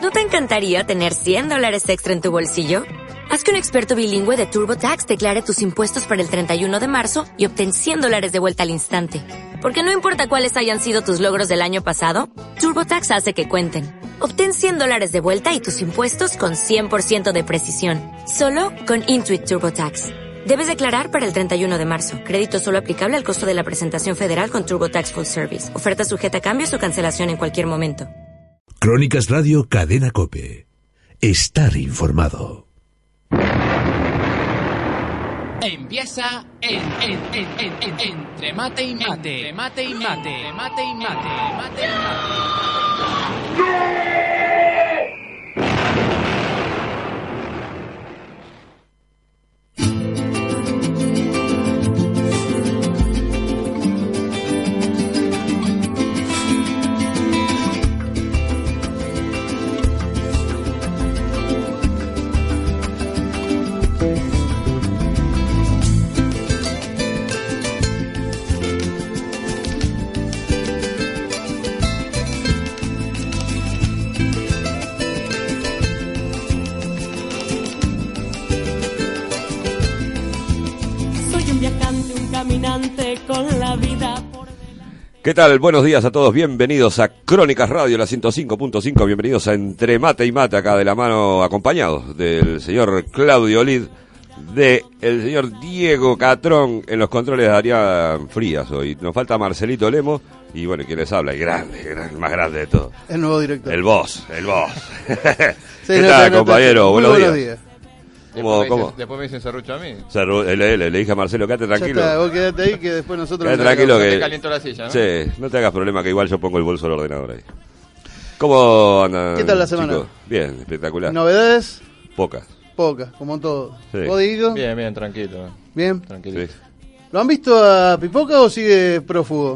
¿No te encantaría tener $100 extra en tu bolsillo? Haz que un experto bilingüe de TurboTax declare tus impuestos para el 31 de marzo y obtén $100 de vuelta al instante. Porque no importa cuáles hayan sido tus logros del año pasado, TurboTax hace que cuenten. Obtén $100 de vuelta y tus impuestos con 100% de precisión. Solo con Intuit TurboTax. Debes declarar para el 31 de marzo. Crédito solo aplicable al costo de la presentación federal con TurboTax Full Service. Oferta sujeta a cambios o cancelación en cualquier momento. Crónicas Radio Cadena COPE. Estar informado. Empieza entre mate y mate, mate y mate, mate y mate, mate y mate. Con la vida por... ¿Qué tal? Buenos días a todos, bienvenidos a Crónicas Radio, la 105.5, bienvenidos a Entre Mate y Mate, acá de la mano, acompañados del señor Claudio Lid, de el señor Diego Catrón, en los controles de Adrián Frías hoy. Nos falta Marcelito Lemos, y bueno, ¿quién les habla? El más grande de todos. El nuevo director. El boss. Sí, ¿Qué tal, compañero? Buenos días. ¿Cómo? Después me dicen serrucho a mí. Le dije a Marcelo, quédate tranquilo. Ya está, vos quedate ahí que después nosotros... Quédate tranquilo que... te caliento la silla, ¿no? Sí, no te hagas problema que igual yo pongo el bolso del ordenador ahí. ¿Cómo andan? ¿Qué tal la semana? Chicos? Bien, espectacular. ¿Novedades? Pocas, como todo. Sí. ¿Vos, Dieguito? Bien, tranquilo. ¿Bien? Tranquilo. sí. ¿Lo han visto a Pipoca o sigue prófugo?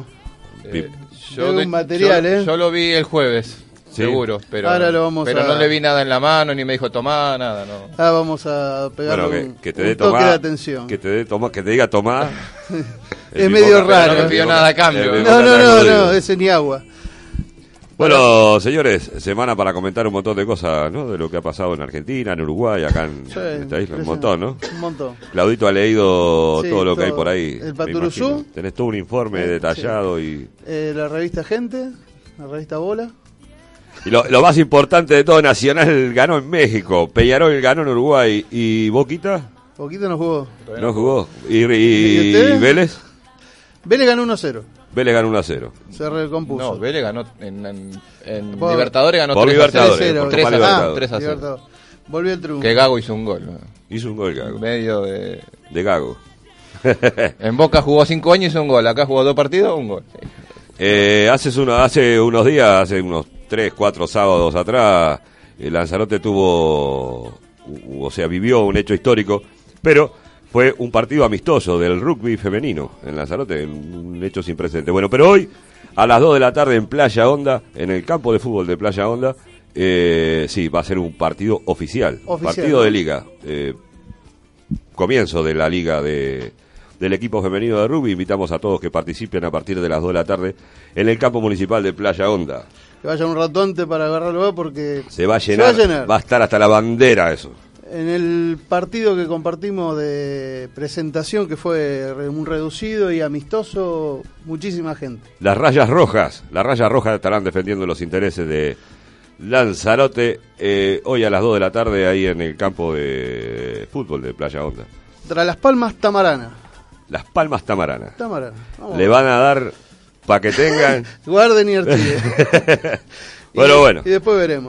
Yo, un material, yo lo vi el jueves. Sí. Seguro, pero Ahora lo vamos pero a... no le vi nada en la mano, ni me dijo tomá, nada, no. Vamos a pegarle Que te dé un toque tomar, de atención. que te diga tomar. Es medio raro. No me pidió nada a cambio. No, ese ni agua. Bueno, señores, semana para comentar un montón de cosas, ¿no? De lo que ha pasado en Argentina, en Uruguay, acá en esta isla, un montón, ¿no? Un montón. Claudito ha leído Sí, todo lo que hay todo. por ahí. El me Paturuzú. imagino. Tenés todo un informe detallado y La revista Gente, la revista Bola. lo más importante de todo, Nacional ganó en México, Peñarol ganó en Uruguay y Boquita Poquito no jugó. no jugó. ¿Y ustedes? Vélez? Vélez ganó 1-0. Vélez ganó 1-0. Se recompuso. No, Vélez ganó en Por- Libertadores, ganó por 3-0. Libertadores, por 3-0. Copa Libertadores. 3-0. Libertadores. Volvió el triunfo. Que Gago hizo un gol, ¿no? Hizo un gol Gago. Medio de... De Gago. En Boca jugó 5 años y hizo un gol. Acá jugó 2 partidos, un gol. Sí. Hace unos días, hace unos 3, 4 sábados atrás, Lanzarote vivió un hecho histórico, pero fue un partido amistoso del rugby femenino en Lanzarote, un hecho sin precedentes. Bueno, pero hoy, a las 2 de la tarde en Playa Honda, en el campo de fútbol de Playa Honda, va a ser un partido oficial. Partido de liga. Comienzo de la liga del equipo femenino de rugby. Invitamos a todos que participen a partir de las 2 de la tarde en el campo municipal de Playa Honda. Que vaya un rato antes para agarrarlo porque Se va a llenar, va a estar hasta la bandera eso. En el partido que compartimos de presentación, que fue un reducido y amistoso, muchísima gente. Las rayas rojas estarán defendiendo los intereses de Lanzarote hoy a las 2 de la tarde ahí en el campo de fútbol de Playa Honda. Tras Las Palmas, Tamarana. Las Palmas Tamarana. Vamos. Le van a dar para que tengan... Guarden y archivos. Bueno. Y después veremos.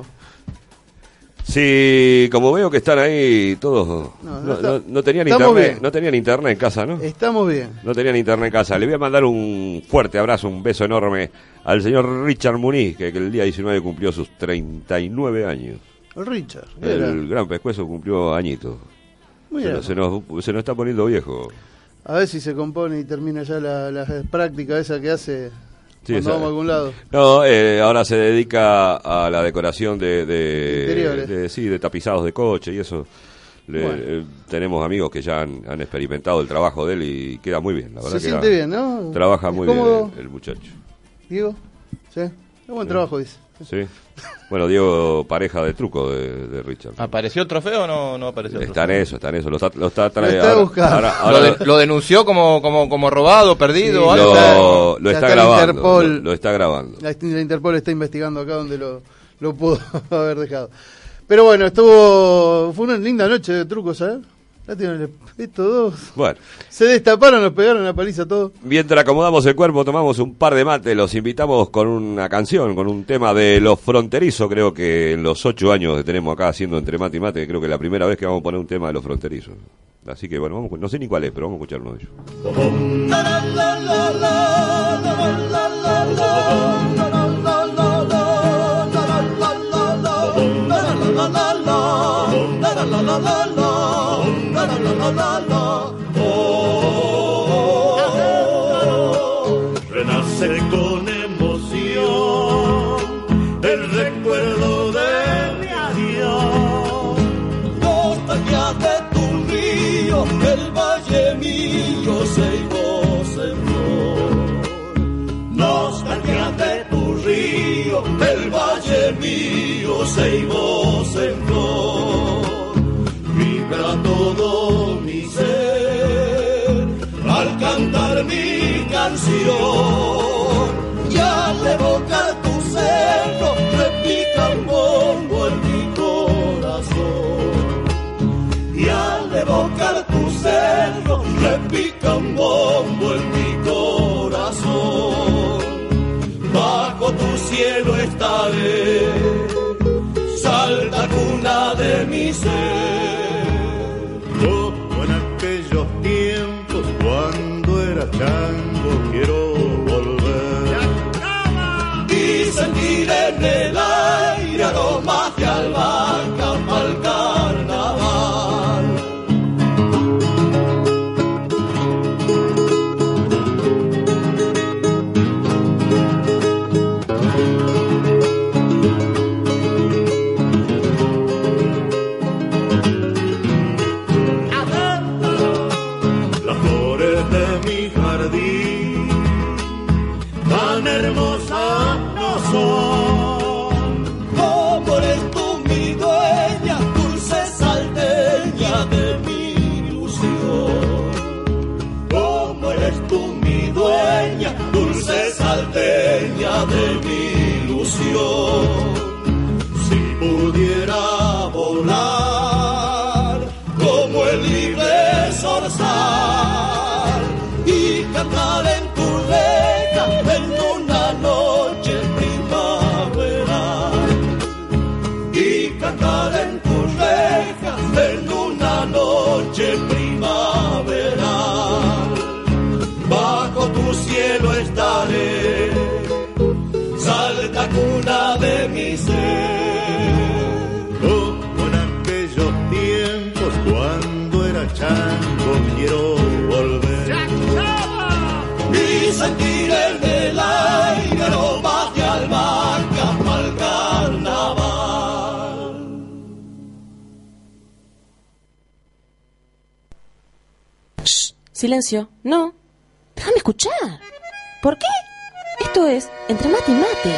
Sí, como veo que están ahí todos... No tenían internet, no tenían internet en casa, ¿no? Estamos bien. No tenían internet en casa. Le voy a mandar un fuerte abrazo, un beso enorme al señor Richard Muniz, que el día 19 cumplió sus 39 años. El Richard. El Gran Pescuezo cumplió añitos. Se nos está poniendo viejo. A ver si se compone y termina ya la práctica esa que hace cuando esa, vamos a algún lado. No, ahora se dedica a la decoración Interiores. de tapizados de coche y eso. Tenemos amigos que ya han experimentado el trabajo de él y queda muy bien, la verdad. Se siente bien, ¿no? Trabaja muy cómodo. bien el muchacho. Diego, sí, es buen trabajo, dice. Sí. Bueno, Diego, pareja de truco de Richard. ¿Apareció el trofeo o no apareció el trofeo? Está en eso. Lo está buscando. ¿Lo denunció como robado, perdido? Sí, lo está grabando. Lo está grabando. La Interpol está investigando acá donde lo pudo haber dejado. Pero bueno, fue una linda noche de trucos, ¿sabes? Estos dos se destaparon, nos pegaron la paliza todos. Mientras acomodamos el cuerpo, tomamos un par de mates, los invitamos con una canción, con un tema de Los Fronterizos. Creo que en los 8 años que tenemos acá haciendo entre mate y mate, creo que es la primera vez que vamos a poner un tema de Los Fronterizos. Así que bueno, no sé ni cuál es, pero vamos a escuchar uno de ellos. Renace con emoción el recuerdo de mi adiós. Nostalgia de tu río, el valle mío se goza en flor. Nostalgia de tu río, el valle mío se goza en flor. Vibra todo mi ser al cantar mi canción y al evocar tu cerro repica un bombo en mi corazón. Y al evocar tu cerro repica un bombo en mi corazón. Bajo tu cielo estaré, salta cuna de mi ser. Como en aquellos tiempos cuando era chango quiero volver y sentir en el aire aromas de albahaca pa'l carnaval. Tan hermosas no son, como eres tú mi dueña, dulce salteña de mi ilusión. Como eres tú mi dueña, dulce salteña de mi ilusión. Si pudiera volar como el libre zorzal y cantar en tu letra en una noche primaveral, y cantar en tus rejas en una noche primaveral. Bajo tu cielo estaré, salta cuna de mi ser. Como en aquellos tiempos cuando era chango quiero volver y sentir en el aire aromas de albahaca pa'l carnaval. Shh, silencio. No, déjame escuchar. ¿Por qué? Esto es Entre Mate y Mate.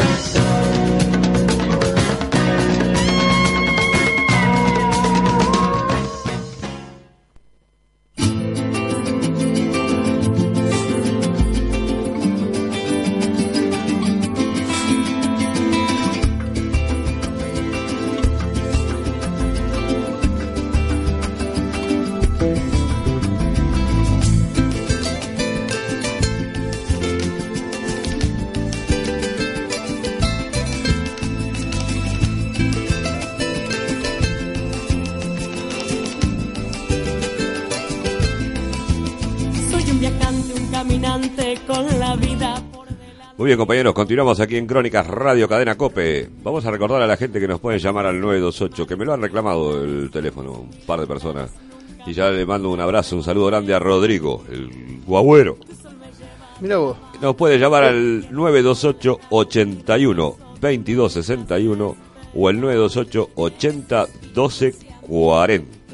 Con la vida. Muy bien, compañeros, continuamos aquí en Crónicas Radio Cadena Cope. Vamos a recordar a la gente que nos pueden llamar al 928, que me lo han reclamado el teléfono, un par de personas. Y ya le mando un abrazo, un saludo grande a Rodrigo, el guagüero. Mira vos. Nos puede llamar al 928 81 22 61 o el 928 80 12 40.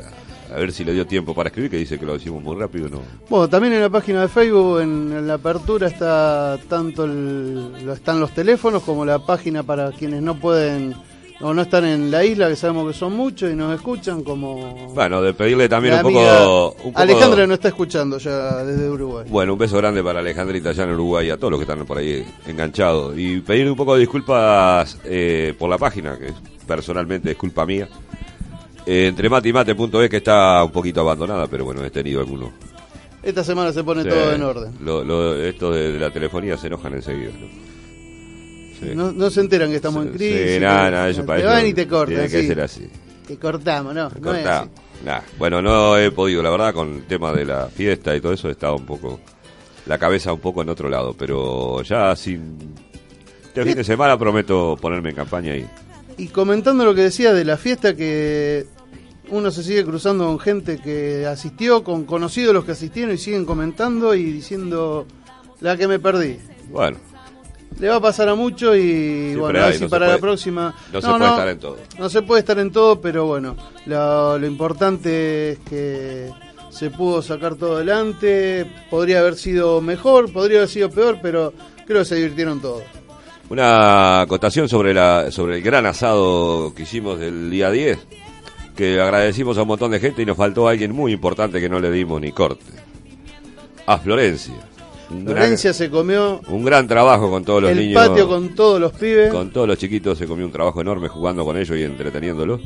A ver si le dio tiempo para escribir, que dice que lo decimos muy rápido, ¿no? Bueno, también en la página de Facebook, en la apertura, está tanto están los teléfonos como la página para quienes no pueden o no están en la isla, que sabemos que son muchos y nos escuchan, como... Bueno, de pedirle también un poco... Alejandra nos está escuchando ya desde Uruguay. Bueno, un beso grande para Alejandrita allá en Uruguay y a todos los que están por ahí enganchados. Y pedirle un poco de disculpas por la página, que personalmente es culpa mía. Entremateymate.es, que está un poquito abandonada, pero bueno, he tenido algunos. Esta semana se pone todo en orden. Esto de la telefonía se enojan enseguida, ¿no? Sí. No se enteran que estamos en crisis. Sí, nada, eso te van y te cortan. Tiene que ser así. Te cortamos, ¿no? No es así. Bueno, no he podido, la verdad, con el tema de la fiesta y todo eso, he estado un poco, la cabeza un poco en otro lado, pero ya sin... Este fin de semana prometo ponerme en campaña ahí. Y comentando lo que decía de la fiesta, que uno se sigue cruzando con gente que asistió, con conocidos los que asistieron y siguen comentando y diciendo la que me perdí. Bueno. Le va a pasar a mucho y siempre bueno, a ver si para la próxima... No se puede estar en todo. No se puede estar en todo, pero bueno, lo importante es que se pudo sacar todo adelante. Podría haber sido mejor, podría haber sido peor, pero creo que se divirtieron todos. Una acotación sobre el gran asado que hicimos del día 10, que agradecimos a un montón de gente y nos faltó alguien muy importante que no le dimos ni corte. A Florencia. Florencia se comió un gran trabajo con todos los niños. El patio con todos los pibes. Con todos los chiquitos se comió un trabajo enorme jugando con ellos y entreteniéndolos.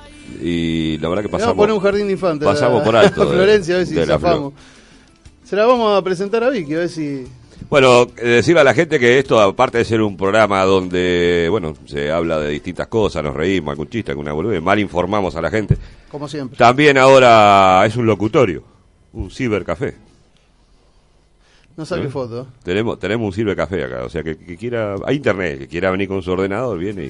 Y la verdad que pasamos... Vamos a poner un jardín de infantes. Pasamos por alto. A Florencia, a ver si zafamos. Se la vamos a presentar a Vicky, a ver si... Bueno, decirle a la gente que esto, aparte de ser un programa donde, bueno, se habla de distintas cosas, nos reímos, algún chiste, alguna boludez, mal informamos a la gente. Como siempre. También ahora es un locutorio, un cibercafé. No saque foto. Tenemos un cibercafé acá, o sea, que quiera, hay internet, que quiera venir con su ordenador, viene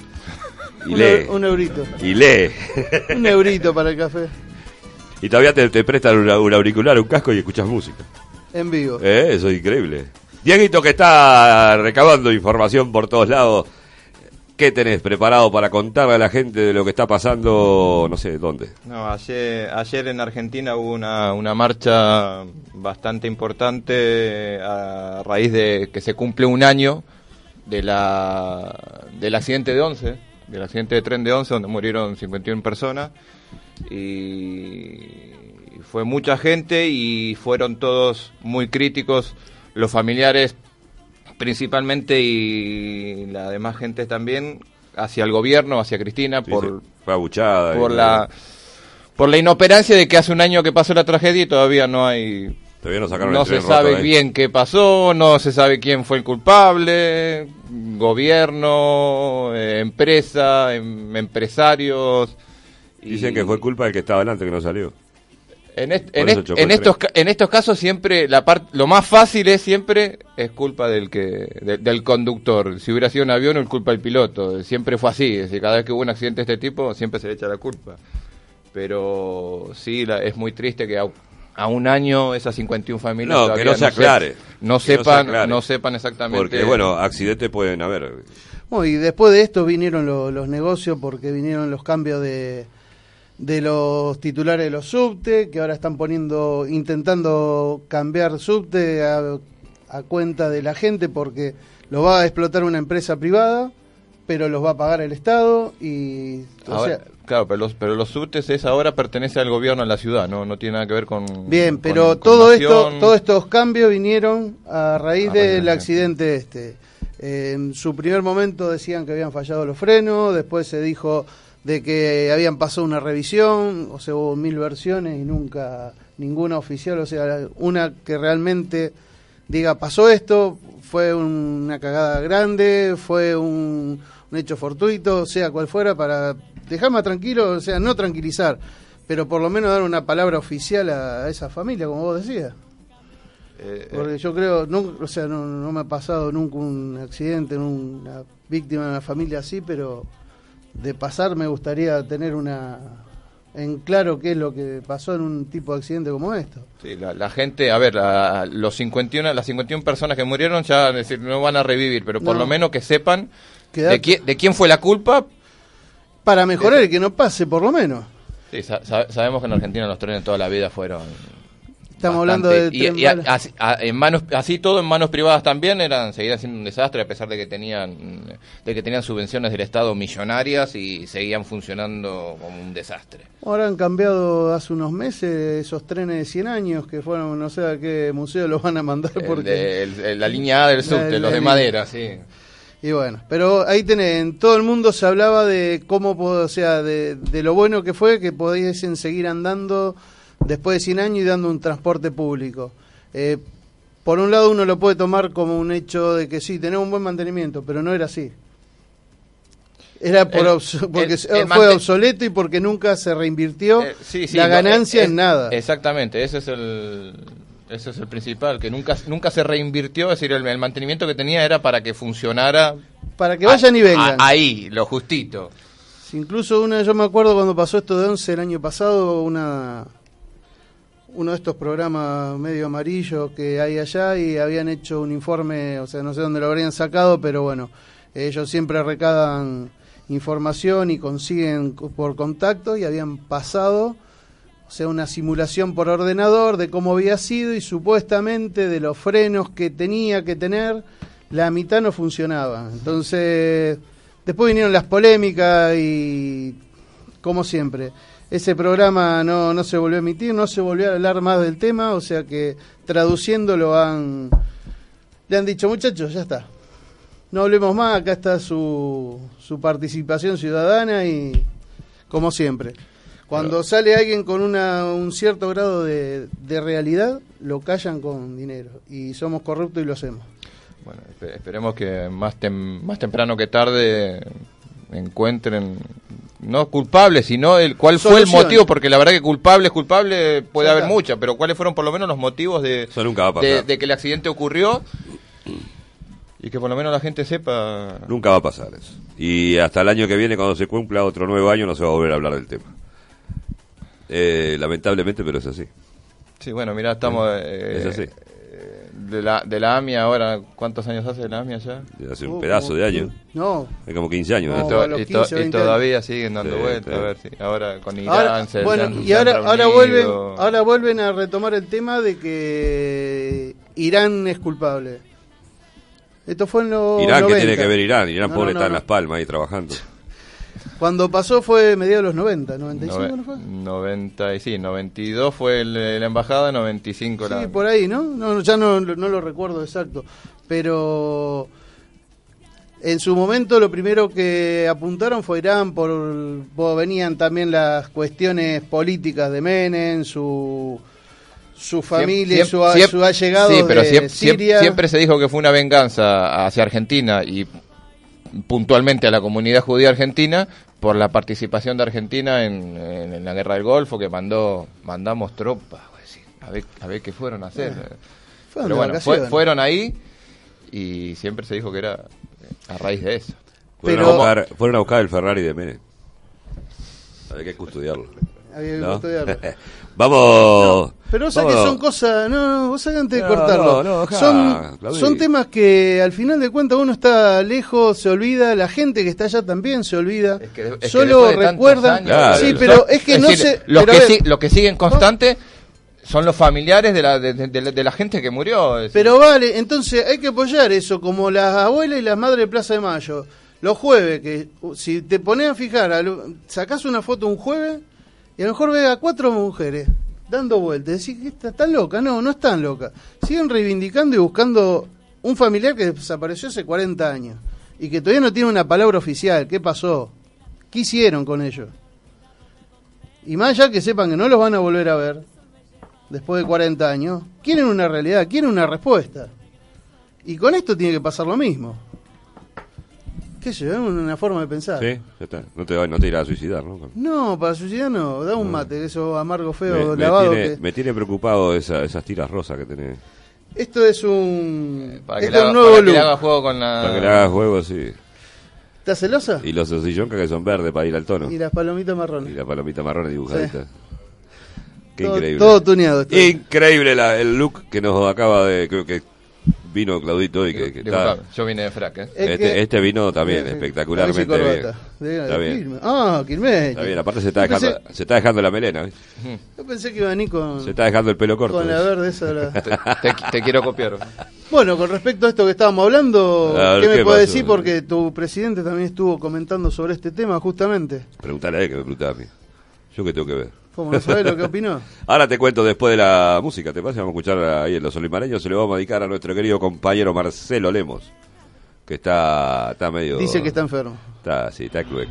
y lee. Un eurito. Y lee. Un eurito para el café. Y todavía te prestan un auricular, un casco y escuchas música. En vivo. Eso es increíble. Dieguito, que está recabando información por todos lados, ¿qué tenés preparado para contarle a la gente de lo que está pasando, no sé, dónde? No, ayer en Argentina hubo una marcha bastante importante a raíz de que se cumple un año del accidente de Once, del accidente de tren de Once, donde murieron 51 personas, y fue mucha gente y fueron todos muy críticos, los familiares principalmente y la demás gente también, hacia el gobierno, hacia Cristina, sí, fue abuchada por la inoperancia de que hace un año que pasó la tragedia y todavía no se sabe bien qué pasó, no se sabe quién fue el culpable, gobierno, empresa, empresarios. Dicen que fue culpa del que estaba adelante, que no salió. En estos casos siempre lo más fácil es culpa del conductor. Si hubiera sido un avión, es culpa del piloto. Siempre fue así. Es decir, cada vez que hubo un accidente de este tipo, siempre se le echa la culpa. Pero sí, es muy triste que a un año esas 51 familias que no se aclare. No sepan exactamente. Porque bueno, accidentes pueden haber. Bueno, y después de esto vinieron los negocios, porque vinieron los cambios de los titulares de los subte, que ahora están intentando cambiar subte a cuenta de la gente, porque lo va a explotar una empresa privada, pero los va a pagar el Estado y ahora, claro, pero los subtes ahora pertenece al gobierno de la ciudad, no tiene nada que ver con... Bien, pero todos estos cambios vinieron a raíz del accidente En su primer momento decían que habían fallado los frenos, después se dijo de que habían pasado una revisión, o sea, hubo 1000 versiones y nunca ninguna oficial, o sea, una que realmente diga pasó esto, fue una cagada grande, fue un hecho fortuito, sea cual fuera, para dejarme tranquilo, o sea, no tranquilizar, pero por lo menos dar una palabra oficial a esa familia, como vos decías. Porque yo creo, no me ha pasado nunca un accidente, una víctima de una familia así, pero de pasar me gustaría tener en claro qué es lo que pasó en un tipo de accidente como esto. Sí, la gente, a ver, las 51 personas que murieron ya, es decir, no van a revivir, pero por lo menos que sepan de quién fue la culpa. Para mejorar y que no pase, por lo menos. Sí, sabemos que en Argentina los trenes toda la vida fueron... Estamos bastante, hablando de en manos, así todo en manos privadas también seguían siendo un desastre, a pesar de que tenían subvenciones del Estado millonarias y seguían funcionando como un desastre. Ahora han cambiado hace unos meses esos trenes de 100 años que fueron, no sé a qué museo los van a mandar porque... la línea A del subte, los de madera, sí. Y bueno, pero ahí tenés, en todo el mundo se hablaba de cómo, o sea, de lo bueno que fue que pudiesen seguir andando después de 100 años y dando un transporte público. Por un lado uno lo puede tomar como un hecho de que sí, tenemos un buen mantenimiento, pero no era así. Era porque fue obsoleto y porque nunca se reinvirtió la ganancia en nada. Exactamente, ese es el principal, que nunca se reinvirtió, es decir, el mantenimiento que tenía era para que funcionara... Para que vayan y vengan. Ahí, lo justito. Incluso yo me acuerdo cuando pasó esto de 11 el año pasado, uno de estos programas medio amarillos que hay allá y habían hecho un informe, o sea, no sé dónde lo habrían sacado, pero bueno, ellos siempre recaban información y consiguen por contacto y habían pasado, o sea, una simulación por ordenador de cómo había sido y supuestamente de los frenos que tenía que tener, la mitad no funcionaba. Entonces, después vinieron las polémicas y, como siempre, ese programa no se volvió a emitir, no se volvió a hablar más del tema, o sea que traduciéndolo le han dicho, muchachos, ya está, no hablemos más, acá está su participación ciudadana y como siempre, cuando sale alguien con un cierto grado de realidad, lo callan con dinero y somos corruptos y lo hacemos. Bueno, esperemos que más temprano que tarde encuentren no culpables, sino cuál fue el motivo, porque la verdad que culpables puede haber muchas, pero cuáles fueron por lo menos los motivos de que el accidente ocurrió y que por lo menos la gente sepa. Nunca va a pasar eso. Y hasta el año que viene, cuando se cumpla otro nuevo año, no se va a volver a hablar del tema. Lamentablemente, pero es así. Sí, bueno, mira, estamos... es así. De la AMIA ahora, ¿cuántos años hace de la AMIA ya? Hace un pedazo de años. No. Hay como 15 años. No, y todavía siguen dando vueltas. A ver si ahora con Irán ahora vuelven a retomar el tema de que Irán es culpable. Esto fue en los Irán, 90. ¿Qué tiene que ver Irán? Irán pobre está en Las Palmas ahí trabajando. Cuando pasó fue mediados de los 90, 95 ¿no fue? 92 fue la embajada, 95 Sí, por ahí, ¿no? Ya no lo recuerdo exacto, pero en su momento lo primero que apuntaron fue Irán, venían también las cuestiones políticas de Menem, su familia, su allegado de Siria. Siempre se dijo que fue una venganza hacia Argentina y puntualmente a la comunidad judía argentina por la participación de Argentina en la guerra del Golfo, que mandamos tropas, a ver qué fueron a hacer. Pero bueno, fueron ahí y siempre se dijo que era a raíz de eso. Fueron a buscar el Ferrari de Menem. Había que custodiarlo. Vamos. Pero o sea que son cosas, vos sabés antes de cortarlo. Son temas que al final de cuentas uno está lejos, se olvida, la gente que está allá también se olvida. Solo recuerdan. Claro, sí, pero es que no sé. Lo que siguen constante son los familiares de la gente que murió. Pero vale, entonces hay que apoyar eso, como las abuelas y las madres de Plaza de Mayo. Los jueves, que si te pones a fijar, sacás una foto un jueves y a lo mejor ves a 4 mujeres dando vueltas. Decís, ¿están locas? No están locas. Siguen reivindicando y buscando un familiar que desapareció hace 40 años y que todavía no tiene una palabra oficial. ¿Qué pasó? ¿Qué hicieron con ellos? Y más allá que sepan que no los van a volver a ver después de 40 años, quieren una realidad, quieren una respuesta. Y con esto tiene que pasar lo mismo. ¿Qué sé yo? Es una forma de pensar. Sí, ya está. No te irás a suicidar, ¿no? No, para suicidar no. Da un mate, eso amargo, feo, lavado. Me tiene preocupado esas tiras rosas que tenés. Esto es un... Para que le haga juego con la... Para que le haga juego, sí. ¿Estás celosa? Y los sosillancas que son verdes para ir al tono. Y las palomitas marrones. Y las palomitas marrones dibujaditas. Sí. Qué increíble. Todo tuneado. Increíble el look que nos acaba de... Creo que vino, Claudito, y que está... Yo vine de frac, ¿eh? Este vino también, espectacularmente bien. Está bien. Quilmes. Está bien, aparte se está dejando la melena, ¿viste? Yo pensé que iba a venir con... Se está dejando el pelo corto. Con la verde esa. Te quiero copiar. Bueno, con respecto a esto que estábamos hablando, ¿qué me puede decir? Porque tu presidente también estuvo comentando sobre este tema, justamente. Pregúntale a él que me preguntaba a mí. ¿Yo qué tengo que ver? ¿Cómo no sabés lo que opinó? Ahora te cuento después de la música, ¿te pasa? Vamos a escuchar ahí en Los Olimareños, se le vamos a dedicar a nuestro querido compañero Marcelo Lemos, que está medio... Dice que está enfermo. Está clueco.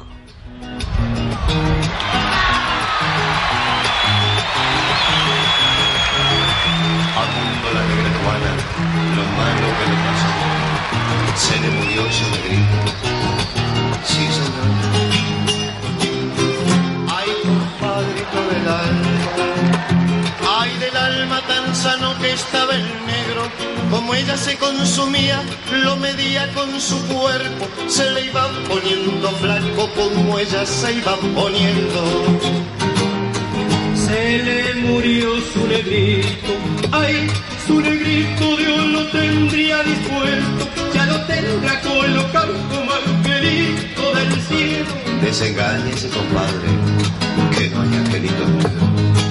Al mundo la negra Juana, lo malo que le pasó, se le murió su negrito. Sí, señor. Ay, compadrito del alma, ay, del alma tan sano que estaba el negro. Como ella se consumía, lo medía con su cuerpo, se le iba poniendo flaco como ella se iba poniendo. Se le murió su negrito, ay, su negrito Dios lo tendría dispuesto, ya lo tendrá colocado como angelito del cielo. Desengáñese, compadre, que no hay angelito negro.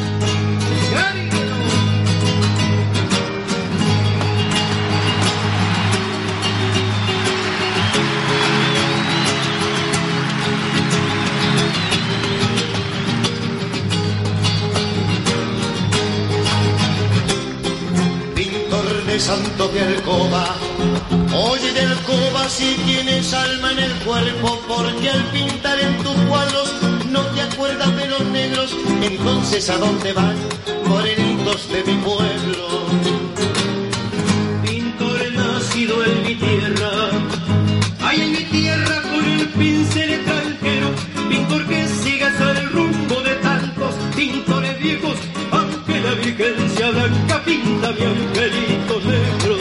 Santo de Alcoba, oye de Alcoba si tienes alma en el cuerpo, porque al pintar en tus cuadros no te acuerdas de los negros, entonces ¿a dónde van, morenitos de mi pueblo? Pintor nacido en mi tierra, ay, en mi tierra con el pincel extranjero, pintor que sigas el rumbo de tantos pintores viejos, aunque la virgencia blanca pinta mi angelito negro.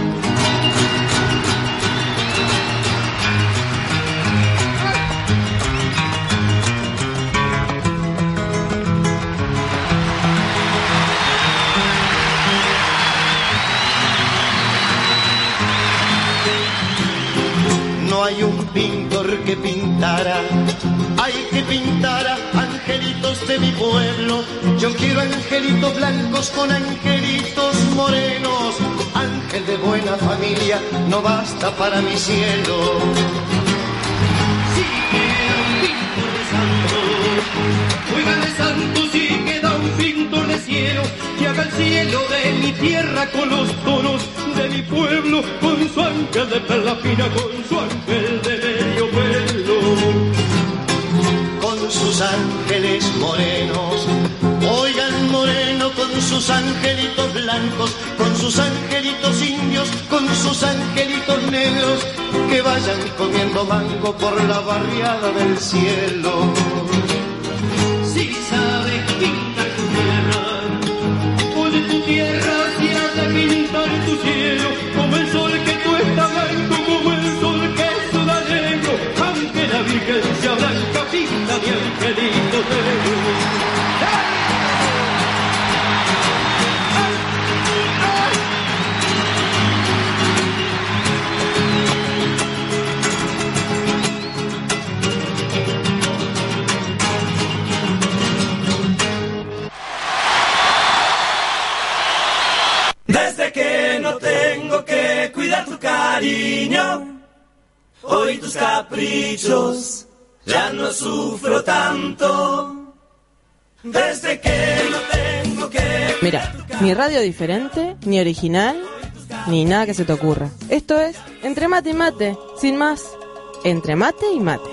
No hay un pintor que pintara, hay que pintara angelitos de mi pueblo. Yo quiero angelitos blancos con angelitos morenos. Ángel de buena familia no basta para mi cielo. Si queda un pintor de santos, oigan de santos, si queda un pintor de cielo, que haga el cielo de mi tierra con los tonos de mi pueblo, con su ángel de perla fina, con su ángel de medio pelo. Con sus ángeles morenos, oigan moreno, con sus angelitos blancos, con sus angelitos indios, con sus angelitos negros, que vayan comiendo mango por la barriada del cielo. Si sabes pintar tu tierra, oye tu tierra, si has de pintar tu cielo, como el sol que tú estás blanco, como el sol que suda negro, aunque la virgencia blanca pinta mi angelito negro. Desde que no tengo que cuidar tu cariño, hoy tus caprichos, ya no sufro tanto. Desde que no tengo que... Mira, ni radio diferente, ni original, ni nada que se te ocurra. Esto es Entre Mate y Mate, sin más. Entre Mate y Mate.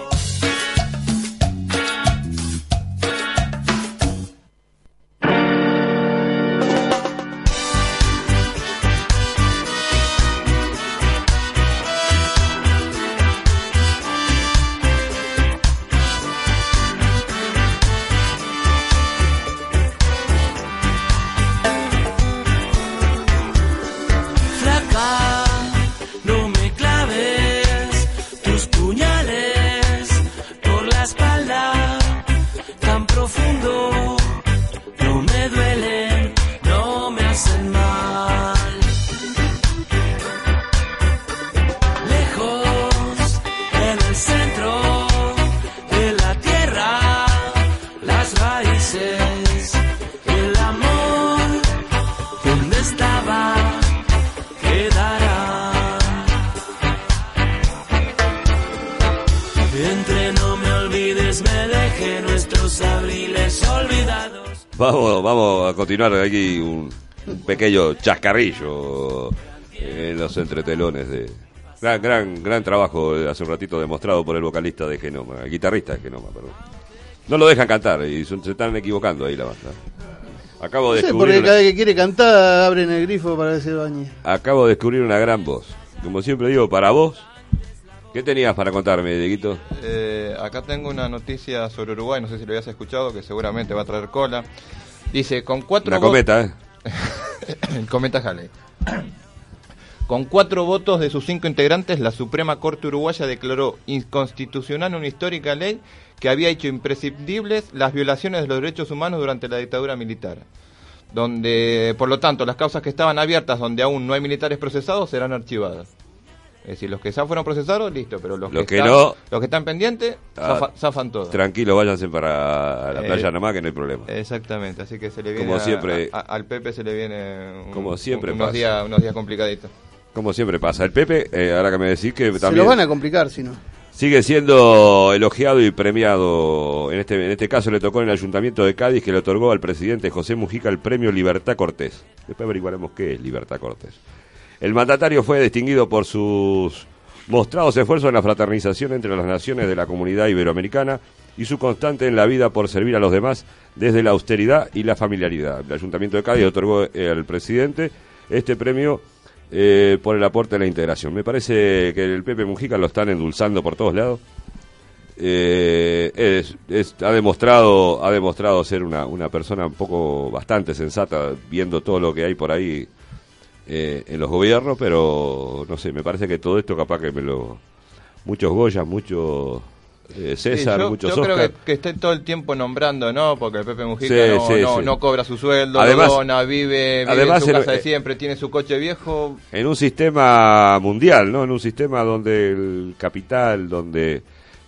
No me claves tus puñales esos abriles olvidados. Vamos a continuar aquí un pequeño chascarrillo en los entretelones de gran trabajo hace un ratito demostrado por el vocalista de Genoma, el guitarrista de Genoma, perdón. No lo dejan cantar y se están equivocando ahí la banda. Acabo de descubrir porque cada vez que quiere cantar abren el grifo para que se bañe. Acabo de descubrir una gran voz. Como siempre digo, para vos, ¿qué tenías para contarme, Dieguito? Acá tengo una noticia sobre Uruguay, no sé si lo habías escuchado, que seguramente va a traer cola. Dice, con 4 Una cometa, El cometa Halley. Con 4 votos de sus 5 integrantes, la Suprema Corte Uruguaya declaró inconstitucional una histórica ley que había hecho imprescindibles las violaciones de los derechos humanos durante la dictadura militar. Donde, por lo tanto, las causas que estaban abiertas, donde aún no hay militares procesados, serán archivadas. Es decir, los que ya fueron procesados, listo, pero los que están pendientes, zafan todos. Tranquilo, váyanse para la playa nomás, que no hay problema. Exactamente, así que se le viene como siempre, al Pepe se le viene unos días complicaditos. Como siempre pasa. El Pepe, ahora que me decís que también... Se lo van a complicar, si no. Sigue siendo elogiado y premiado. En este caso le tocó en el Ayuntamiento de Cádiz, que le otorgó al presidente José Mujica el premio Libertad Cortés. Después averiguaremos qué es Libertad Cortés. El mandatario fue distinguido por sus mostrados esfuerzos en la fraternización entre las naciones de la comunidad iberoamericana y su constante en la vida por servir a los demás desde la austeridad y la familiaridad. El Ayuntamiento de Cádiz otorgó al presidente este premio por el aporte a la integración. Me parece que el Pepe Mujica lo están endulzando por todos lados. Ha demostrado ser una persona bastante sensata, viendo todo lo que hay por ahí en los gobiernos, pero no sé, me parece que todo esto capaz que muchos Goya, muchos César, muchos yo Oscar. Creo que esté todo el tiempo nombrando, ¿no? Porque el Pepe Mujica no cobra su sueldo, además, no dona, vive en su casa de siempre, tiene su coche viejo. En un sistema mundial, ¿no? En un sistema donde el capital, donde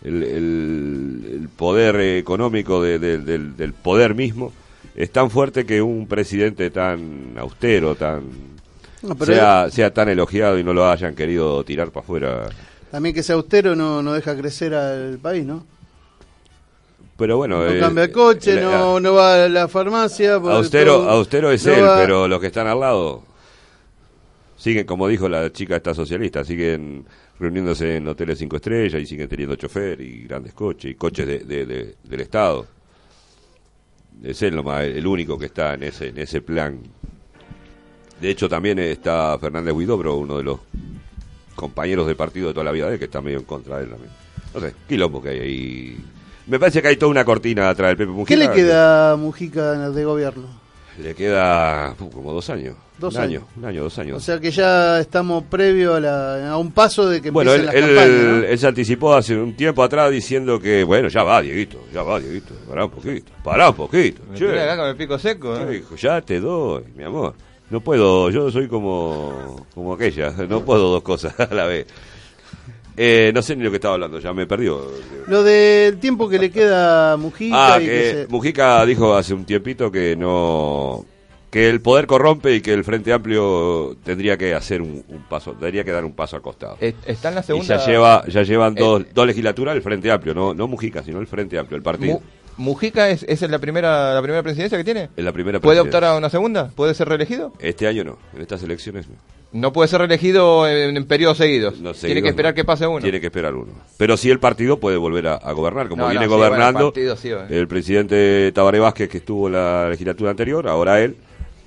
el poder económico del poder mismo es tan fuerte que un presidente tan austero, sea tan elogiado y no lo hayan querido tirar para afuera. También que sea austero no deja crecer al país, ¿no? Pero bueno, no cambia el coche, no va a la farmacia. Austero es él, pero los que están al lado siguen, como dijo la chica esta socialista, siguen reuniéndose en hoteles 5 estrellas y siguen teniendo chofer y grandes coches y coches del Estado. Es él nomás, el único que está en ese plan. De hecho, también está Fernández Huidobro, uno de los compañeros de partido de toda la vida de él, que está medio en contra de él también. No sé, quilombo que hay ahí. Me parece que hay toda una cortina atrás del Pepe Mujica. ¿Qué le queda a Mujica de gobierno? Le queda como 2 años. 2 años. Un año, 2 años. O sea que ya estamos previo a un paso de que las empiecen campañas, ¿no? Él se anticipó hace un tiempo atrás diciendo que, bueno, ya va, Dieguito, pará un poquito. Me tiene acá con el pico seco. Dijo, ya te doy, mi amor. No puedo, yo soy como aquella, no puedo 2 cosas a la vez. No sé ni lo que estaba hablando, ya me perdió. Lo del tiempo que le queda a Mujica. Mujica dijo hace un tiempito que el poder corrompe y que el Frente Amplio tendría que hacer un paso, tendría que dar un paso al costado. Está en la segunda. Y ya llevan dos legislaturas el Frente Amplio, no Mujica, sino el Frente Amplio, el partido. ¿Mujica es la primera presidencia que tiene? Es la primera ¿Puede presidencia. optar a una segunda? ¿Puede ser reelegido? Este año no, en estas elecciones no. No puede ser reelegido en periodos seguidos. No, tiene que esperar que pase uno. Tiene que esperar uno. Pero sí el partido puede volver a gobernar, como viene gobernando el presidente Tabaré Vázquez, que estuvo en la legislatura anterior, ahora él.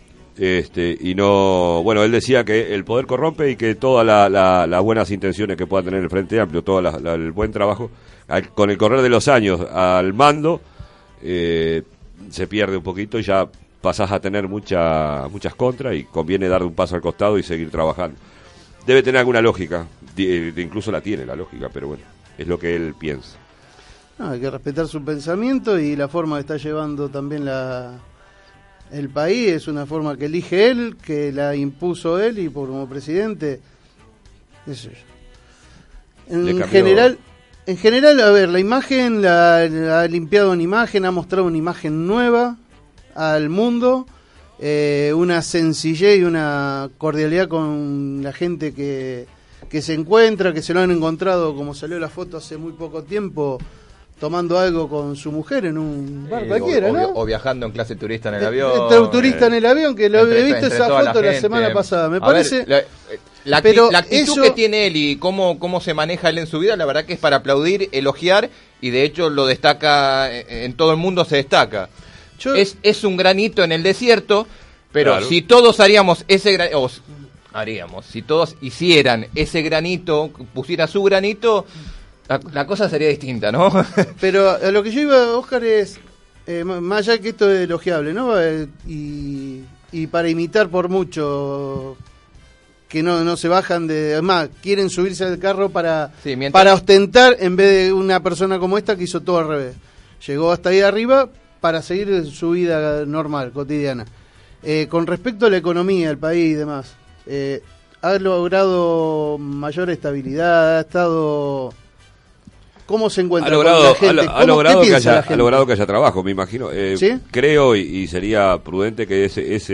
Él decía que el poder corrompe y que todas las buenas intenciones que pueda tener el Frente Amplio, todo el buen trabajo, con el correr de los años al mando, se pierde un poquito y ya pasás a tener muchas contras y conviene dar un paso al costado y seguir trabajando. Debe tener alguna lógica, incluso la tiene la lógica, pero bueno, es lo que él piensa. Hay que respetar su pensamiento y la forma que está llevando también el país es una forma que elige él, que la impuso él y como presidente, en general, a ver, la imagen ha limpiado una imagen, ha mostrado una imagen nueva al mundo, una sencillez y una cordialidad con la gente que se encuentra, que se lo han encontrado, como salió la foto hace muy poco tiempo, tomando algo con su mujer en un bar cualquiera, ¿no? O viajando en clase turista en el avión. Turista en el avión, que lo he visto esa foto la semana pasada. Me parece... La actitud que tiene él y cómo se maneja él en su vida, la verdad que es para aplaudir, elogiar, y de hecho lo destaca, en todo el mundo se destaca. Es un granito en el desierto, pero claro, si todos haríamos ese granito, si todos hicieran ese granito, pusiera su granito, la cosa sería distinta, ¿no? Pero a lo que yo iba, Oscar, es, más allá que esto es elogiable, ¿no? Y para imitar por mucho... que no se bajan de... Además, quieren subirse al carro para ostentar, en vez de una persona como esta que hizo todo al revés. Llegó hasta ahí arriba para seguir su vida normal, cotidiana. Con respecto a la economía, el país y demás, ha logrado mayor estabilidad, ha estado... ¿Cómo se encuentra con la gente? Ha logrado que haya trabajo, me imagino. ¿Sí? Creo, y sería prudente que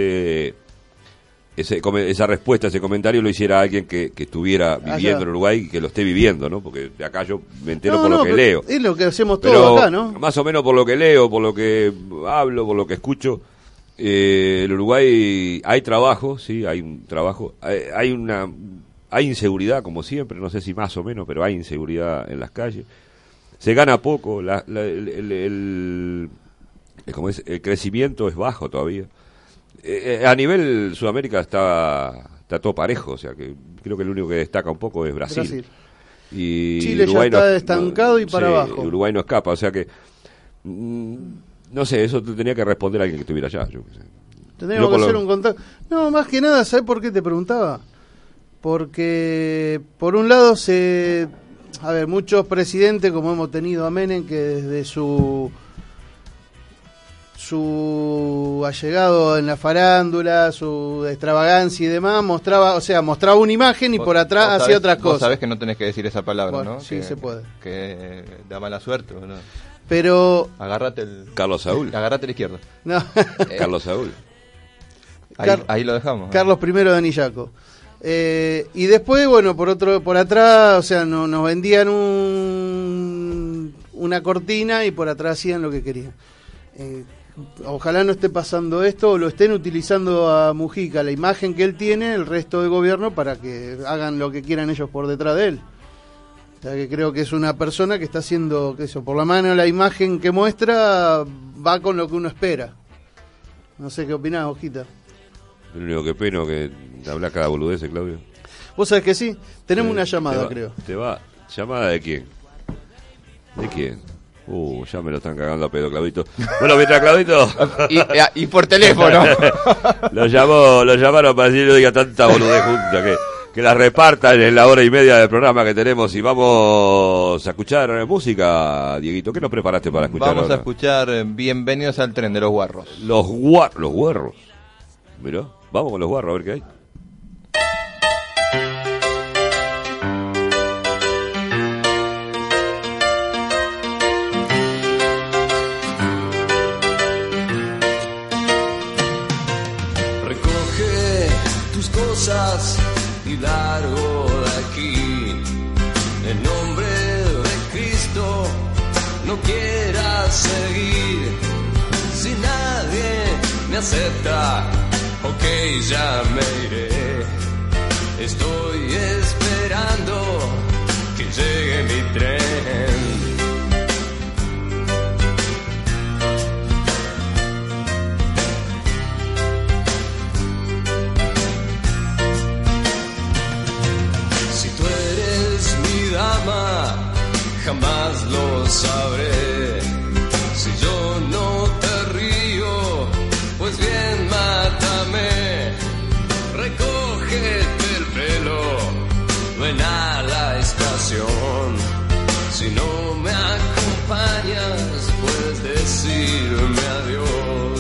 esa respuesta, ese comentario lo hiciera alguien que estuviera viviendo en Uruguay y que lo esté viviendo, ¿no? Porque de acá yo me entero por lo que leo. Es lo que hacemos todos acá, ¿no? Más o menos por lo que leo, por lo que hablo, por lo que escucho, en Uruguay hay trabajo, sí, hay un trabajo. Hay inseguridad, como siempre, no sé si más o menos, pero hay inseguridad en las calles. Se gana poco, el crecimiento es bajo todavía. A nivel Sudamérica está todo parejo, o sea que creo que el único que destaca un poco es Brasil. Y Chile Uruguay ya está estancado y para abajo. Uruguay no escapa, o sea que no sé, eso tenía que responder a alguien que estuviera allá. Tendríamos que hacer un contacto. No, más que nada, ¿sabes por qué te preguntaba? Porque por un lado muchos presidentes, como hemos tenido a Menem, que desde su allegado en la farándula, su extravagancia y demás, mostraba una imagen y por atrás hacía otras cosas. Vos sabés que no tenés que decir esa palabra, bueno, ¿no? Sí, se puede. Que da mala suerte, ¿no? Pero... Agárrate el... Agarrate a la izquierda. No. Carlos Saúl. Ahí lo dejamos. Carlos I de Anillaco. Y después, bueno, por atrás, o sea, nos vendían una cortina y por atrás hacían lo que querían. Ojalá no esté pasando esto, o lo estén utilizando a Mujica, la imagen que él tiene, el resto del gobierno, para que hagan lo que quieran ellos por detrás de él. O sea, que creo que es una persona que está haciendo, por la mano la imagen que muestra va con lo que uno espera. No sé qué opinás, Hojita. Lo único que peno que habla cada boludez, Claudio. Vos sabés que sí, tenemos una llamada, creo. ¿Llamada de quién? ¿De quién? Ya me lo están cagando a pedo, Claudito. Bueno, mientras Claudito... y por teléfono. Lo llamaron para decir, no diga tanta boludez junta, que la repartan en la hora y media del programa que tenemos. Y vamos a escuchar música, Dieguito. ¿Qué nos preparaste para escuchar Vamos ahora? A escuchar Bienvenidos al Tren de los Guarros. Los Guarros. Mirá, vamos con los Guarros a ver qué hay. Y largo de aquí, en nombre de Cristo, no quieras seguir. Si nadie me acepta, ok, ya me iré. Estoy esperando que llegue mi tren. Jamás lo sabré. Si yo no te río, pues bien, mátame. Recógete el pelo, ven a la estación. Si no me acompañas, puedes decirme adiós.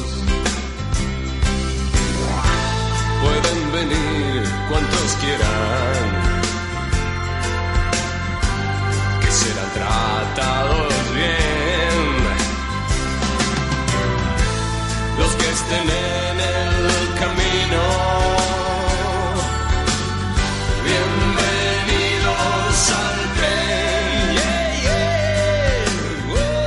Pueden venir cuantos quieran, serán tratados bien. Los que estén en el camino, bienvenidos al tren. Yeah, yeah.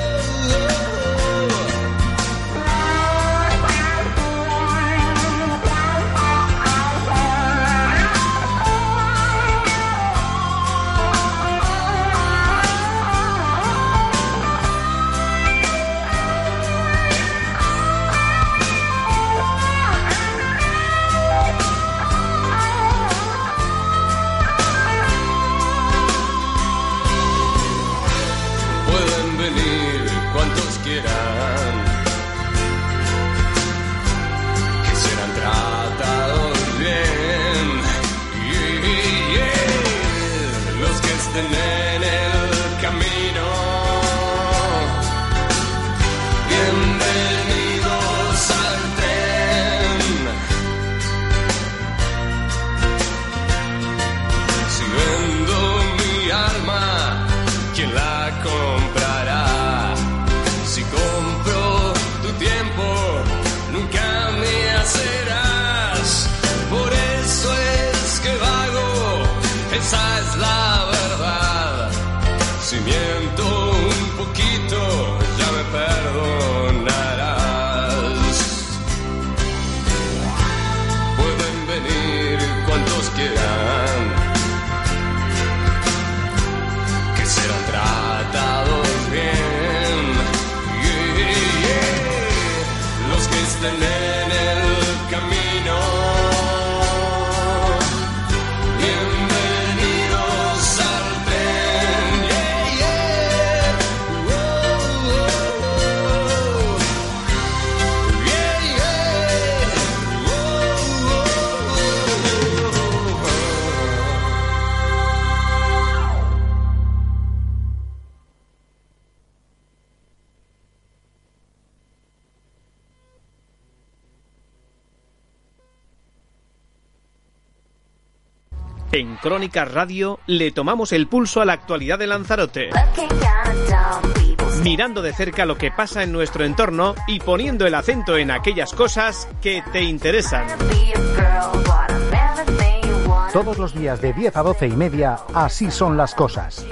En Crónicas Radio le tomamos el pulso a la actualidad de Lanzarote, mirando de cerca lo que pasa en nuestro entorno y poniendo el acento en aquellas cosas que te interesan. Todos los días de 10 a 12 y media, Así son las cosas.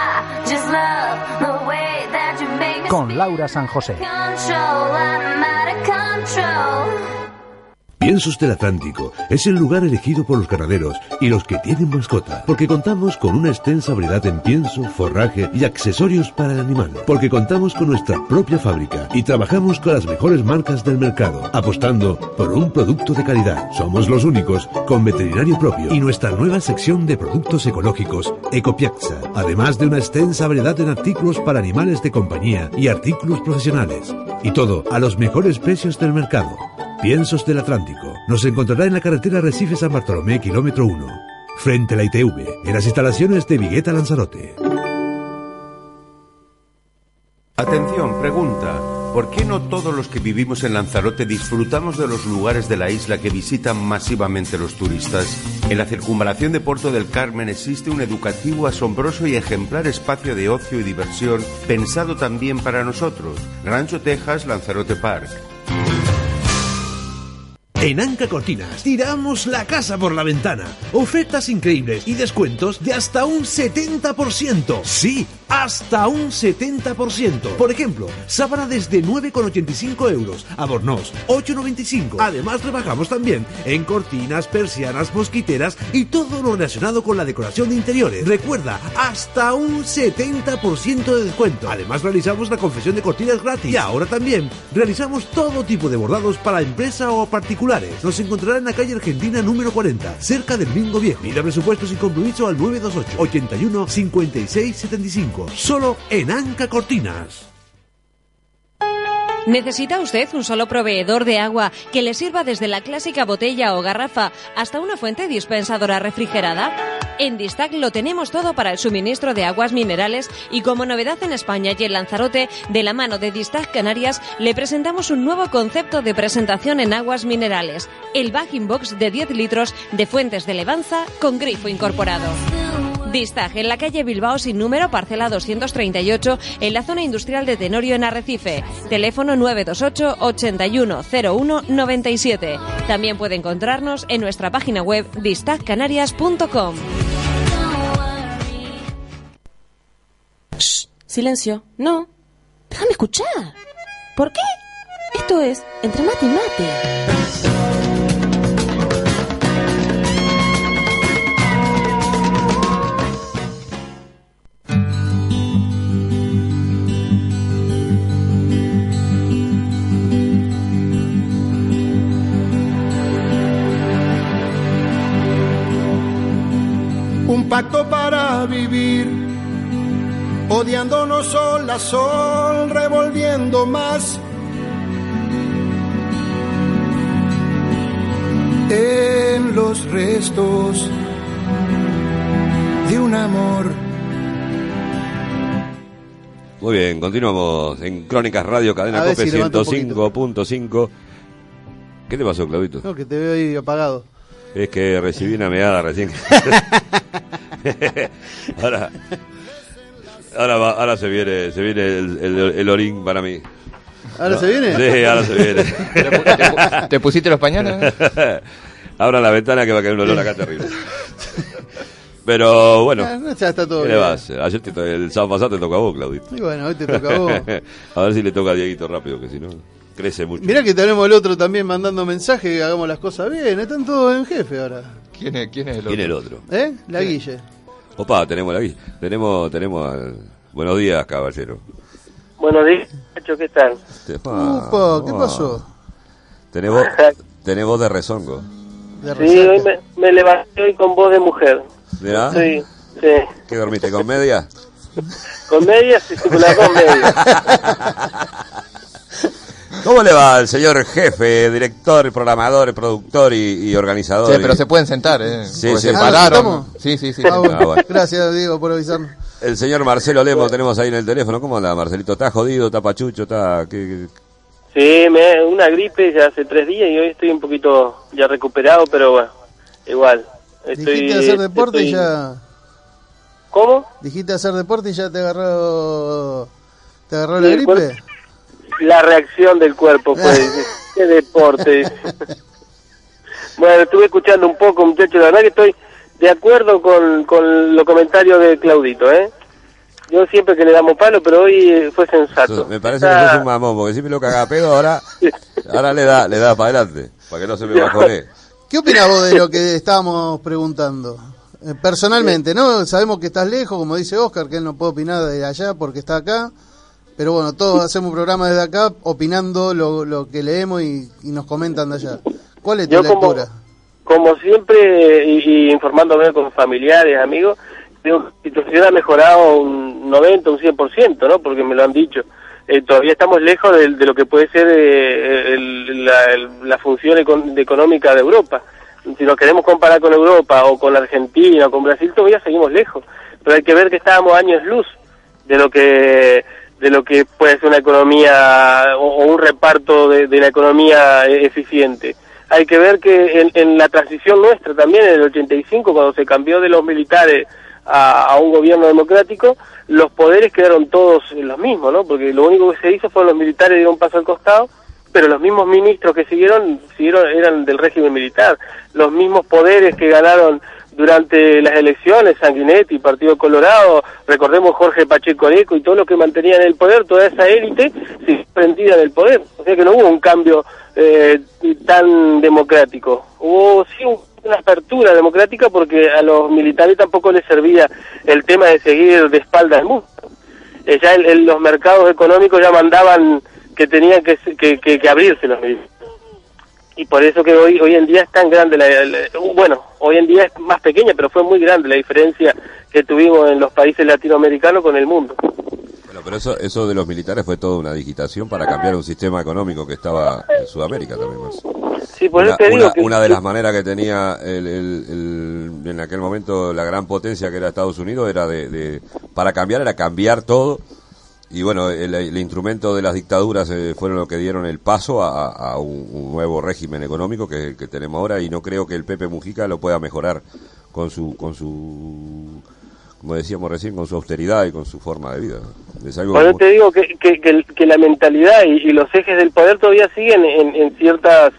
Con Laura San José. Piensos del Atlántico es el lugar elegido por los ganaderos y los que tienen mascota, porque contamos con una extensa variedad en pienso, forraje y accesorios para el animal, porque contamos con nuestra propia fábrica y trabajamos con las mejores marcas del mercado, apostando por un producto de calidad. Somos los únicos con veterinario propio y nuestra nueva sección de productos ecológicos, Ecopiazza, además de una extensa variedad en artículos para animales de compañía y artículos profesionales. Y todo a los mejores precios del mercado. Piensos del Atlántico. Nos encontrará en la carretera Recife San Bartolomé, kilómetro 1, frente a la ITV, en las instalaciones de Vigueta Lanzarote. Atención, pregunta. ¿Por qué no todos los que vivimos en Lanzarote disfrutamos de los lugares de la isla que visitan masivamente los turistas? En la circunvalación de Puerto del Carmen existe un educativo, asombroso y ejemplar espacio de ocio y diversión pensado también para nosotros. Rancho Texas, Lanzarote Park. En Anca Cortinas tiramos la casa por la ventana. Ofertas increíbles y descuentos de hasta un 70%. Sí, hasta un 70%. Por ejemplo, sábana desde 9,85 euros. Albornoz, 8,95. Además rebajamos también en cortinas, persianas, mosquiteras y todo lo relacionado con la decoración de interiores. Recuerda, hasta un 70% de descuento. Además realizamos la confección de cortinas gratis. Y ahora también realizamos todo tipo de bordados para empresa o particulares. Nos encontrará en la calle Argentina número 40, cerca del Bingo Viejo. Pida presupuestos sin compromiso al 928 81 56 75. Solo en Anca Cortinas. ¿Necesita usted un solo proveedor de agua que le sirva desde la clásica botella o garrafa hasta una fuente dispensadora refrigerada? En Distac lo tenemos todo para el suministro de aguas minerales y como novedad en España y en Lanzarote, de la mano de Distac Canarias, le presentamos un nuevo concepto de presentación en aguas minerales, el Bagging Box de 10 litros de fuentes de Levanza con grifo incorporado. Distac en la calle Bilbao sin número, parcela 238, en la zona industrial de Tenorio en Arrecife. Teléfono 928 81 01 97. También puede encontrarnos en nuestra página web distaccanarias.com. Shh, silencio. No. Déjame escuchar. ¿Por qué? Esto es Entre Mate y Mate. Un pacto para vivir, odiándonos sol a sol, revolviendo más. En los restos de un amor. Muy bien, continuamos en Crónicas Radio, Cadena Cope 105.5. ¿Qué te pasó, Claudito? No, que te veo ahí apagado. Es que recibí una meada recién. ahora se viene el orín para mí. ¿Ahora no se viene? Sí, ahora se viene. ¿Te pusiste los pañales? Abran la ventana que va a caer un olor acá terrible. Pero bueno, ya está todo ¿qué bien. le vas? Ayer el sábado pasado te tocó a vos, Claudito. Y bueno, hoy te toca a vos. A ver si le toca a Dieguito rápido, que si no crece mucho. Mirá que tenemos el otro también mandando mensajes, que hagamos las cosas bien. Están todos en jefe ahora. ¿Quién es el otro? ¿Quién es el otro? La Guille. Opa, tenemos la Guille. Tenemos buenos días, caballero. Buenos días, Nacho, ¿qué tal? Upa, ¿qué pasó? Tenés voz de rezongo. Sí, hoy me levanté hoy con voz de mujer. ¿Mirá? Sí. ¿Qué dormiste, con media? Con medias, sí, con las dos medias. ¿Cómo le va al señor jefe, director, programador, productor y organizador? Sí, pero se pueden sentar, ¿eh? Sí, se pararon. Sí. Bueno. Gracias, Diego, por avisarme. El señor Marcelo Lemo tenemos ahí en el teléfono. ¿Cómo anda, Marcelito? ¿Está jodido? ¿Está pachucho? ¿Está...? Sí, una gripe ya hace 3 días y hoy estoy un poquito ya recuperado, pero bueno, igual. Dijiste hacer deporte y ya... ¿Cómo? Dijiste hacer deporte y ya te agarró la gripe. La reacción del cuerpo fue, ¿qué deporte? Bueno, estuve escuchando un poco, muchachos, la verdad que estoy de acuerdo con los comentarios de Claudito, ¿eh? Yo siempre que le damos palo, pero hoy fue sensato. Me parece que sos un mamón, porque siempre lo caga pedo, ahora le da para adelante, para que no se me bajone. ¿Qué opinás vos de lo que estábamos preguntando? Personalmente, ¿no? Sabemos que estás lejos, como dice Oscar, que él no puede opinar de allá porque está acá, pero bueno, todos hacemos un programa desde acá opinando lo que leemos y nos comentan de allá. ¿Cuál es tu lectura? Como siempre, y informándome con familiares, amigos, digo, la situación ha mejorado un 90, un 100%, ¿no? Porque me lo han dicho. Todavía estamos lejos de lo que puede ser la función económica de Europa. Si nos queremos comparar con Europa o con Argentina o con Brasil, todavía seguimos lejos. Pero hay que ver que estábamos años luz de lo que puede ser una economía o un reparto de la economía eficiente. Hay que ver que en la transición nuestra también, en el 85, cuando se cambió de los militares a un gobierno democrático, los poderes quedaron todos los mismos, ¿no? Porque lo único que se hizo fue los militares dieron un paso al costado, pero los mismos ministros que siguieron eran del régimen militar. Los mismos poderes que ganaron durante las elecciones, Sanguinetti, Partido Colorado, recordemos Jorge Pacheco Areco y todo lo que mantenían el poder, toda esa élite se prendía en el poder. O sea que no hubo un cambio tan democrático. Hubo sí una apertura democrática porque a los militares tampoco les servía el tema de seguir de espaldas al mundo. Ya los mercados económicos ya mandaban que tenían que abrirse los militares. Y por eso que hoy en día es tan grande, bueno, hoy en día es más pequeña, pero fue muy grande la diferencia que tuvimos en los países latinoamericanos con el mundo. Bueno, pero eso de los militares fue toda una digitación para cambiar un sistema económico que estaba en Sudamérica también más. Sí, por eso te digo que una de las maneras que tenía en aquel momento la gran potencia que era Estados Unidos era para cambiar, era cambiar todo. Y bueno, el instrumento de las dictaduras fueron los que dieron el paso a un nuevo régimen económico que tenemos ahora, y no creo que el Pepe Mujica lo pueda mejorar con su como decíamos recién, con su austeridad y con su forma de vida. Es algo te digo que la mentalidad y los ejes del poder todavía siguen en ciertas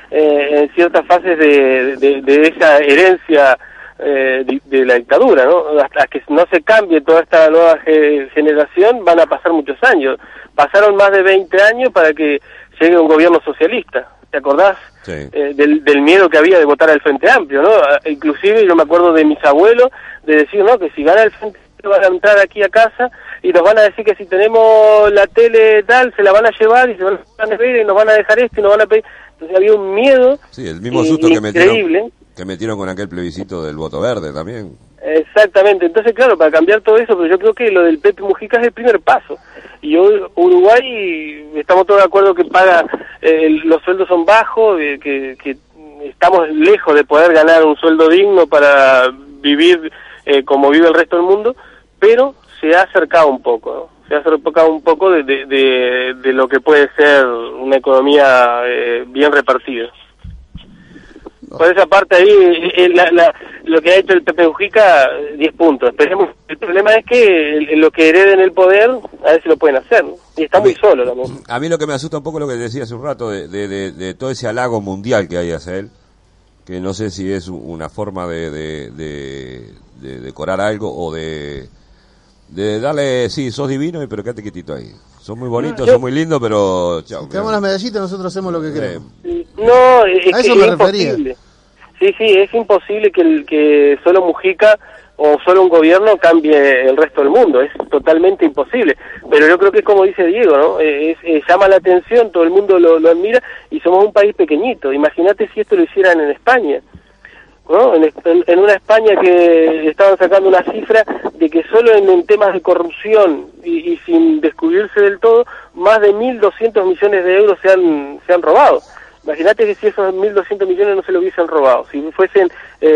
fases de esa herencia de la dictadura, ¿no? Hasta que no se cambie toda esta nueva generación van a pasar muchos años. Pasaron más de 20 años para que llegue un gobierno socialista. ¿Te acordás? Sí. Del miedo que había de votar al Frente Amplio, ¿no? Inclusive yo me acuerdo de mis abuelos de decir, ¿no? Que si gana el Frente Amplio van a entrar aquí a casa y nos van a decir que si tenemos la tele tal se la van a llevar y se van a ver y nos van a dejar esto y nos van a pedir. Entonces había un miedo. Sí, el mismo susto que metieron con aquel plebiscito del voto verde también. Exactamente, entonces claro, para cambiar todo eso, pero yo creo que lo del Pepe Mujica es el primer paso. Y hoy Uruguay, estamos todos de acuerdo que paga, los sueldos son bajos, que estamos lejos de poder ganar un sueldo digno para vivir como vive el resto del mundo, pero se ha acercado un poco, ¿no? Se ha acercado un poco de lo que puede ser una economía bien repartida. Por esa parte ahí, lo que ha hecho el Pepe Mujica, 10 puntos. Esperemos. El problema es que lo que hereden el poder, a ver si lo pueden hacer, ¿no? Y está muy solo también. A mí lo que me asusta un poco es lo que decía hace un rato, de todo ese halago mundial que hay hacia él, que no sé si es una forma de decorar algo o de darle, sí, sos divino, pero quédate quietito ahí. Son muy bonitos, son muy lindos, pero... Chao, te damos las medallitas, nosotros hacemos lo que queremos. No, es a eso que me es refería. Imposible. Sí, es imposible que solo Mujica o solo un gobierno cambie el resto del mundo, es totalmente imposible. Pero yo creo que es como dice Diego, ¿no? Llama la atención, todo el mundo lo admira y somos un país pequeñito. Imagínate si esto lo hicieran en España, ¿no? En una España que estaban sacando una cifra de que solo en temas de corrupción y sin descubrirse del todo, más de 1.200 millones de euros se han robado. Imagínate que si esos 1.200 millones no se lo hubiesen robado, si fuesen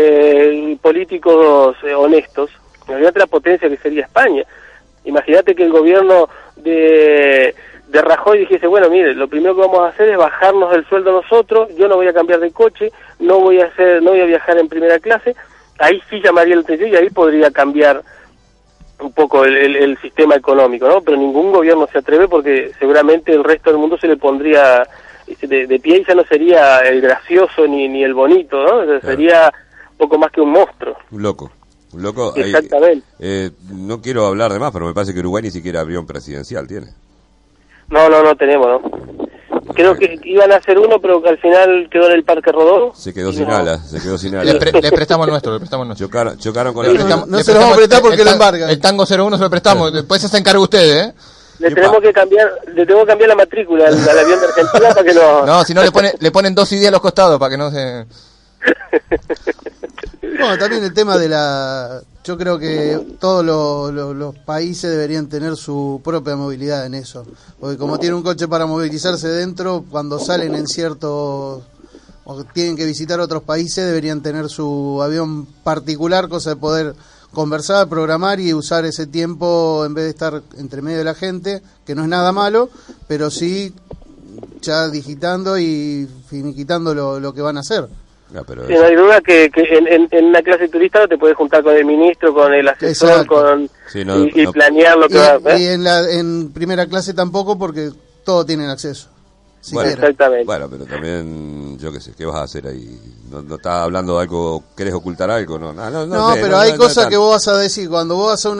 políticos honestos, imagínate la potencia que sería España. Imagínate que el gobierno de Rajoy dijese, bueno, mire, lo primero que vamos a hacer es bajarnos el sueldo nosotros, yo no voy a cambiar de coche, no voy a viajar en primera clase, ahí sí llamaría la atención y ahí podría cambiar un poco el sistema económico, ¿no? Pero ningún gobierno se atreve porque seguramente el resto del mundo se le pondría de pie y ya no sería el gracioso ni el bonito, ¿no? O sea, sería un poco más que un monstruo. Un loco. Exactamente. No quiero hablar de más, pero me parece que Uruguay ni siquiera avión presidencial tiene. No tenemos, ¿no? Creo que iban a hacer uno, pero que al final quedó en el Parque Rodó. Se quedó sin alas. Le prestamos el nuestro. Chocaron con no se lo vamos a prestar porque lo embargan. El Tango 01 se lo prestamos, después se encarga usted, ¿eh? Le tengo que cambiar la matrícula al avión de Argentina para que no... No, si no le ponen 2 CD a los costados para que no se... Bueno, también el tema de yo creo que todos los países deberían tener su propia movilidad en eso. Porque como tienen un coche para movilizarse dentro, cuando salen en ciertos... o tienen que visitar otros países, deberían tener su avión particular, cosa de poder conversar, programar y usar ese tiempo en vez de estar entre medio de la gente, que no es nada malo, pero sí ya digitando y finiquitando lo que van a hacer. No, pero sí, no hay duda que en una clase turista no te puedes juntar con el ministro, con el asesor, y planear lo que va a hacer. Y en primera clase tampoco, porque todos tienen acceso. Exactamente. Bueno, pero también, yo qué sé, ¿qué vas a hacer ahí? ¿No estás hablando de algo, querés ocultar algo? No, pero hay cosas que vos vas a decir. Cuando vos vas a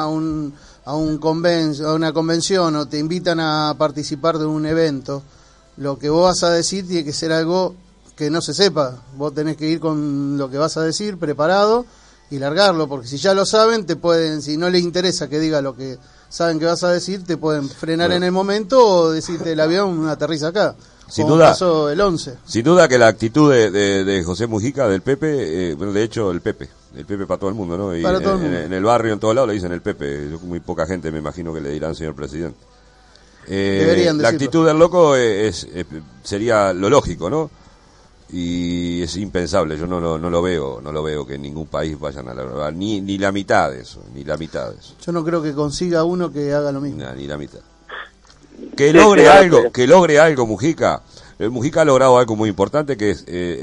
una convención o te invitan a participar de un evento, lo que vos vas a decir tiene que ser algo que no se sepa. Vos tenés que ir con lo que vas a decir preparado y largarlo, porque si ya lo saben, si no les interesa que diga lo que saben que vas a decir, te pueden frenar en el momento o decirte el avión aterriza acá. Sin duda, pasó el 11. Sin duda que la actitud de José Mujica, del Pepe, de hecho el Pepe para todo el mundo, ¿no? Y en el barrio, en todos lados le dicen el Pepe. Muy poca gente me imagino que le dirán señor presidente. La actitud del loco sería lo lógico, ¿no? Y es impensable, yo no lo veo que en ningún país vayan a lograr ni la mitad de eso, Yo no creo que consiga uno que haga lo mismo. Ni la mitad. Que logre algo Mujica. Mujica ha logrado algo muy importante, que es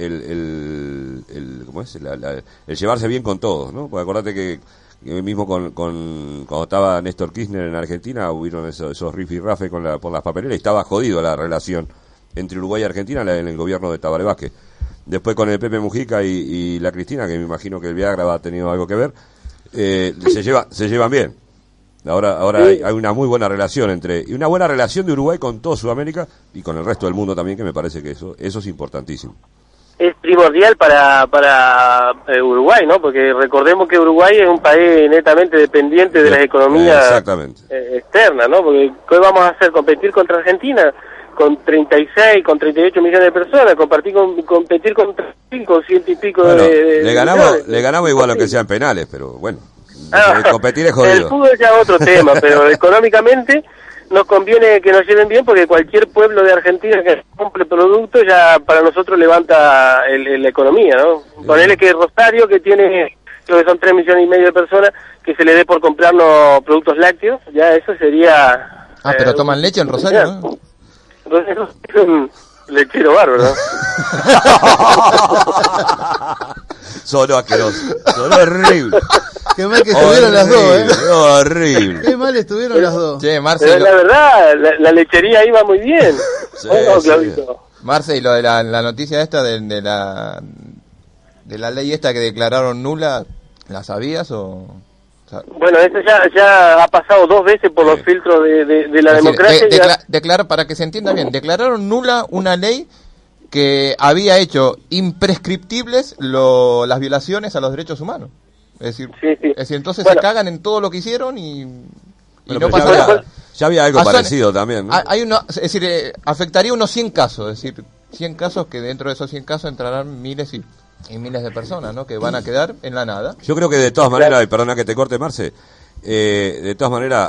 el llevarse bien con todos, ¿no? Porque acordate que mismo cuando estaba Néstor Kirchner en Argentina, hubieron esos rifirrafes por las papeleras y estaba jodido la relación entre Uruguay y Argentina en el gobierno de Tabaré Vázquez. Después con el Pepe Mujica y la Cristina, que me imagino que el Viagra ha tenido algo que ver, se llevan bien. Ahora hay una muy buena relación y una buena relación de Uruguay con toda Sudamérica y con el resto del mundo también, que me parece que eso es importantísimo. Es primordial para Uruguay, ¿no? Porque recordemos que Uruguay es un país netamente dependiente de las economías externas, ¿no? Porque ¿qué vamos a hacer? ¿Competir contra Argentina? Con 36, con 38 millones de personas, competir con 100 y pico le ganamos igual aunque sean penales, pero bueno, competir es jodido. El fútbol es ya otro tema, pero económicamente nos conviene que nos lleven bien, porque cualquier pueblo de Argentina que compre productos ya para nosotros levanta la economía, ¿no? Ponele que Rosario, que tiene, creo que son 3,5 millones de personas, que se le dé por comprarnos productos lácteos, ya eso sería... pero toman leche en Rosario, ¿no? Entonces es un lechero bárbaro, ¿no? Solo asqueroso, solo horrible. Qué mal que estuvieron las dos, Horrible. Qué mal estuvieron las dos. Che, Marce, pero la verdad, la lechería ahí va muy bien. Marce, y lo de la noticia esta de la ley esta que declararon nula, ¿la sabías o...? Bueno, eso ya ha pasado 2 veces por los filtros de la democracia. Para que se entienda bien, declararon nula una ley que había hecho imprescriptibles las violaciones a los derechos humanos. Es decir, entonces se cagan en todo lo que hicieron y no pasa nada. Ya había algo parecido también, ¿no? Es decir, afectaría unos 100 casos, es decir, 100 casos que dentro de esos 100 casos entrarán miles y miles de personas, ¿no? Que van a quedar en la nada. Yo creo que de todas maneras, y perdona que te corte, Marce, de todas maneras,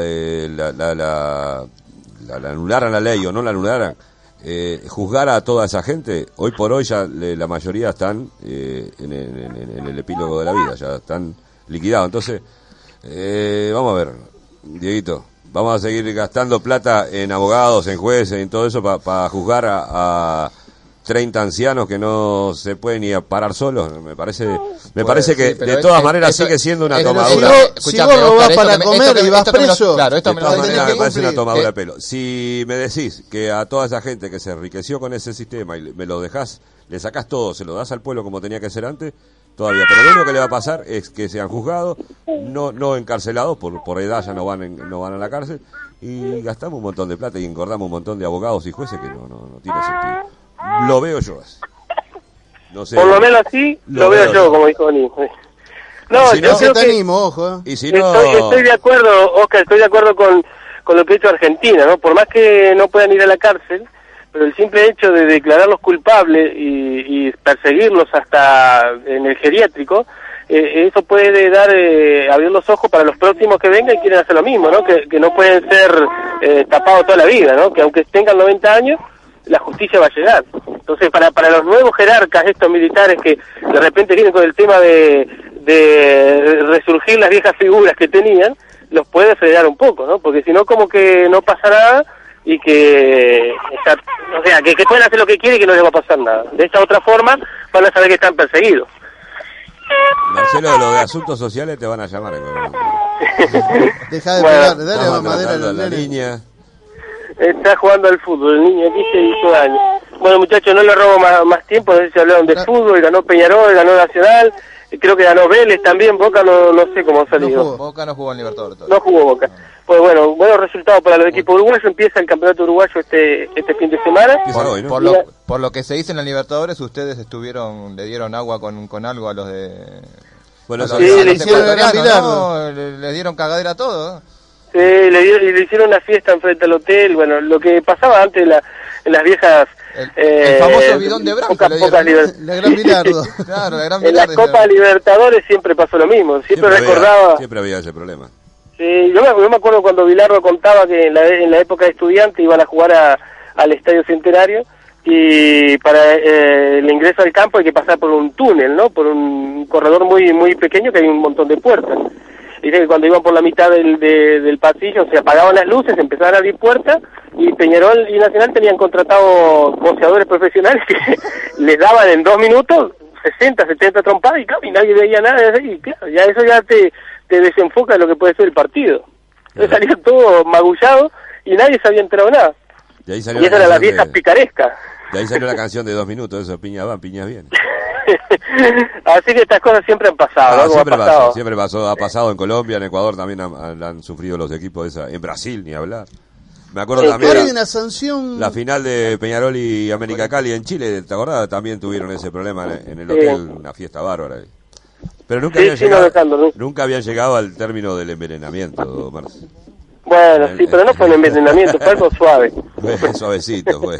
la anularan la ley o no la anularan, juzgar a toda esa gente, hoy por hoy ya la mayoría están en el epílogo de la vida, ya están liquidados. Entonces, vamos a ver, Dieguito, vamos a seguir gastando plata en abogados, en jueces, en todo eso para juzgar a 30 ancianos que no se pueden ni parar solos. Me parece que de todas maneras sigue siendo una tomadura. Si vos robás para comer y vas preso, claro, esto de todas maneras me parece una tomadura de pelo. Si me decís que a toda esa gente que se enriqueció con ese sistema y me lo dejás, le sacás todo, se lo das al pueblo como tenía que ser antes, todavía. Pero lo único que le va a pasar es que sean juzgados, no encarcelados, por edad ya no van a la cárcel, y gastamos un montón de plata y engordamos un montón de abogados y jueces que no tiene sentido. Lo veo yo así. No sé. Por lo menos así lo veo yo, como dijo Ni. No, si yo creo que ojo. Y si no... estoy de acuerdo, Oscar, estoy de acuerdo con lo que ha hecho Argentina, ¿no? Por más que no puedan ir a la cárcel, pero el simple hecho de declararlos culpables y perseguirlos hasta en el geriátrico, eso puede dar abrir los ojos para los próximos que vengan y quieren hacer lo mismo, ¿no? Que no pueden ser tapados toda la vida, ¿no? Que aunque tengan 90 años, la justicia va a llegar. Entonces, para los nuevos jerarcas, estos militares que de repente vienen con el tema de resurgir las viejas figuras que tenían, los puede frenar un poco, ¿no? Porque si no, como que no pasa nada y que pueden hacer lo que quieren y que no les va a pasar nada. De esa otra forma, van a saber que están perseguidos. Marcelo, lo de asuntos sociales te van a llamar. Deja de pegar, dale madera a la niña. Está jugando al fútbol, el niño aquí se hizo daño. Bueno, muchachos, no le robo más tiempo, no sé si hablaron de fútbol, ganó Peñarol, ganó Nacional, creo que ganó Vélez también, Boca no sé cómo ha salido. Boca no jugó en Libertadores. No jugó Boca. Pues bueno, buenos resultados para los equipos uruguayos, empieza el campeonato uruguayo este fin de semana. Por lo que se dice en la Libertadores, ustedes le dieron agua con algo a los de... Bueno, le dieron cagadera a todo, ¿no? Sí, le hicieron una fiesta enfrente al hotel. Bueno, lo que pasaba antes en las viejas... el famoso bidón de Branco. La Gran Bilardo. Claro, la Gran Bilardo. En las Copas Libertadores siempre pasó lo mismo. Siempre había ese problema. Sí, yo me acuerdo cuando Bilardo contaba que en la época de estudiante iban a jugar al Estadio Centenario y para el ingreso al campo hay que pasar por un túnel, ¿no? Por un corredor muy muy pequeño que hay un montón de puertas. Dice que cuando iban por la mitad del pasillo se apagaban las luces, empezaban a abrir puertas y Peñarol y Nacional tenían contratados boxeadores profesionales que les daban en 2 minutos 60, 70 trompadas y nadie veía nada y claro, ya eso ya te desenfoca de lo que puede ser el partido. Entonces salían todos magullados y nadie se había enterado nada. Y esa era la vieja picaresca. De ahí salió la canción de 2 minutos, eso, piñas van, piñas vienen. Así que estas cosas siempre han pasado, ¿no? Siempre pasó, ha pasado en Colombia, en Ecuador también han sufrido los equipos en Brasil, ni hablar. Me acuerdo también una sanción... la final de Peñarol y América Cali en Chile, ¿te acordás? También tuvieron ese problema en el hotel, una fiesta bárbara. Pero nunca habían llegado al término del envenenamiento, Marcelo. Bueno, sí, pero no fue un envenenamiento, fue algo suave. Suavecito, fue.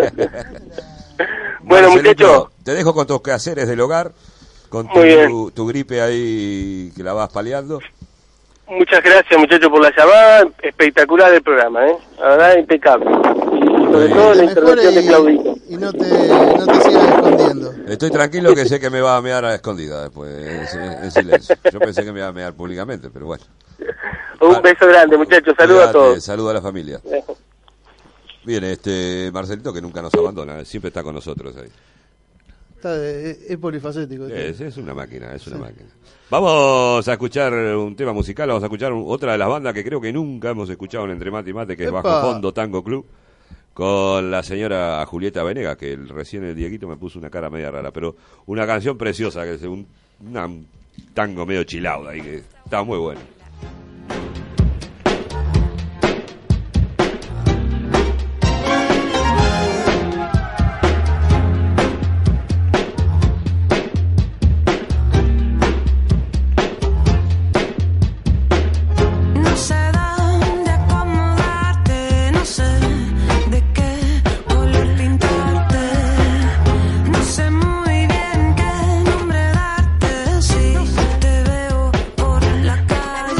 Bueno, muchachos, te dejo con tus quehaceres del hogar, con tu gripe ahí que la vas paliando. Muchas gracias, muchachos, por la llamada. Espectacular el programa, La verdad, impecable. Y sobre todo la intervención de Claudito. Y no te sigas escondiendo. Estoy tranquilo que sé que me va a mear a escondida después, en silencio. Yo pensé que me iba a mear públicamente, pero bueno. Un beso grande, muchachos. Saludos a todos. Saludos a la familia. Bien, Marcelito, que nunca nos abandona, siempre está con nosotros ahí. Es polifacético. Es una máquina, es una máquina. Vamos a escuchar un tema musical, vamos a escuchar otra de las bandas que creo que nunca hemos escuchado en Entre Mate y Mate, que es Bajo Fondo Tango Club, con la señora Julieta Venegas, que recién el Dieguito me puso una cara media rara, pero una canción preciosa, que es un tango medio chilaudo ahí, que está muy bueno. Te veo por la calle.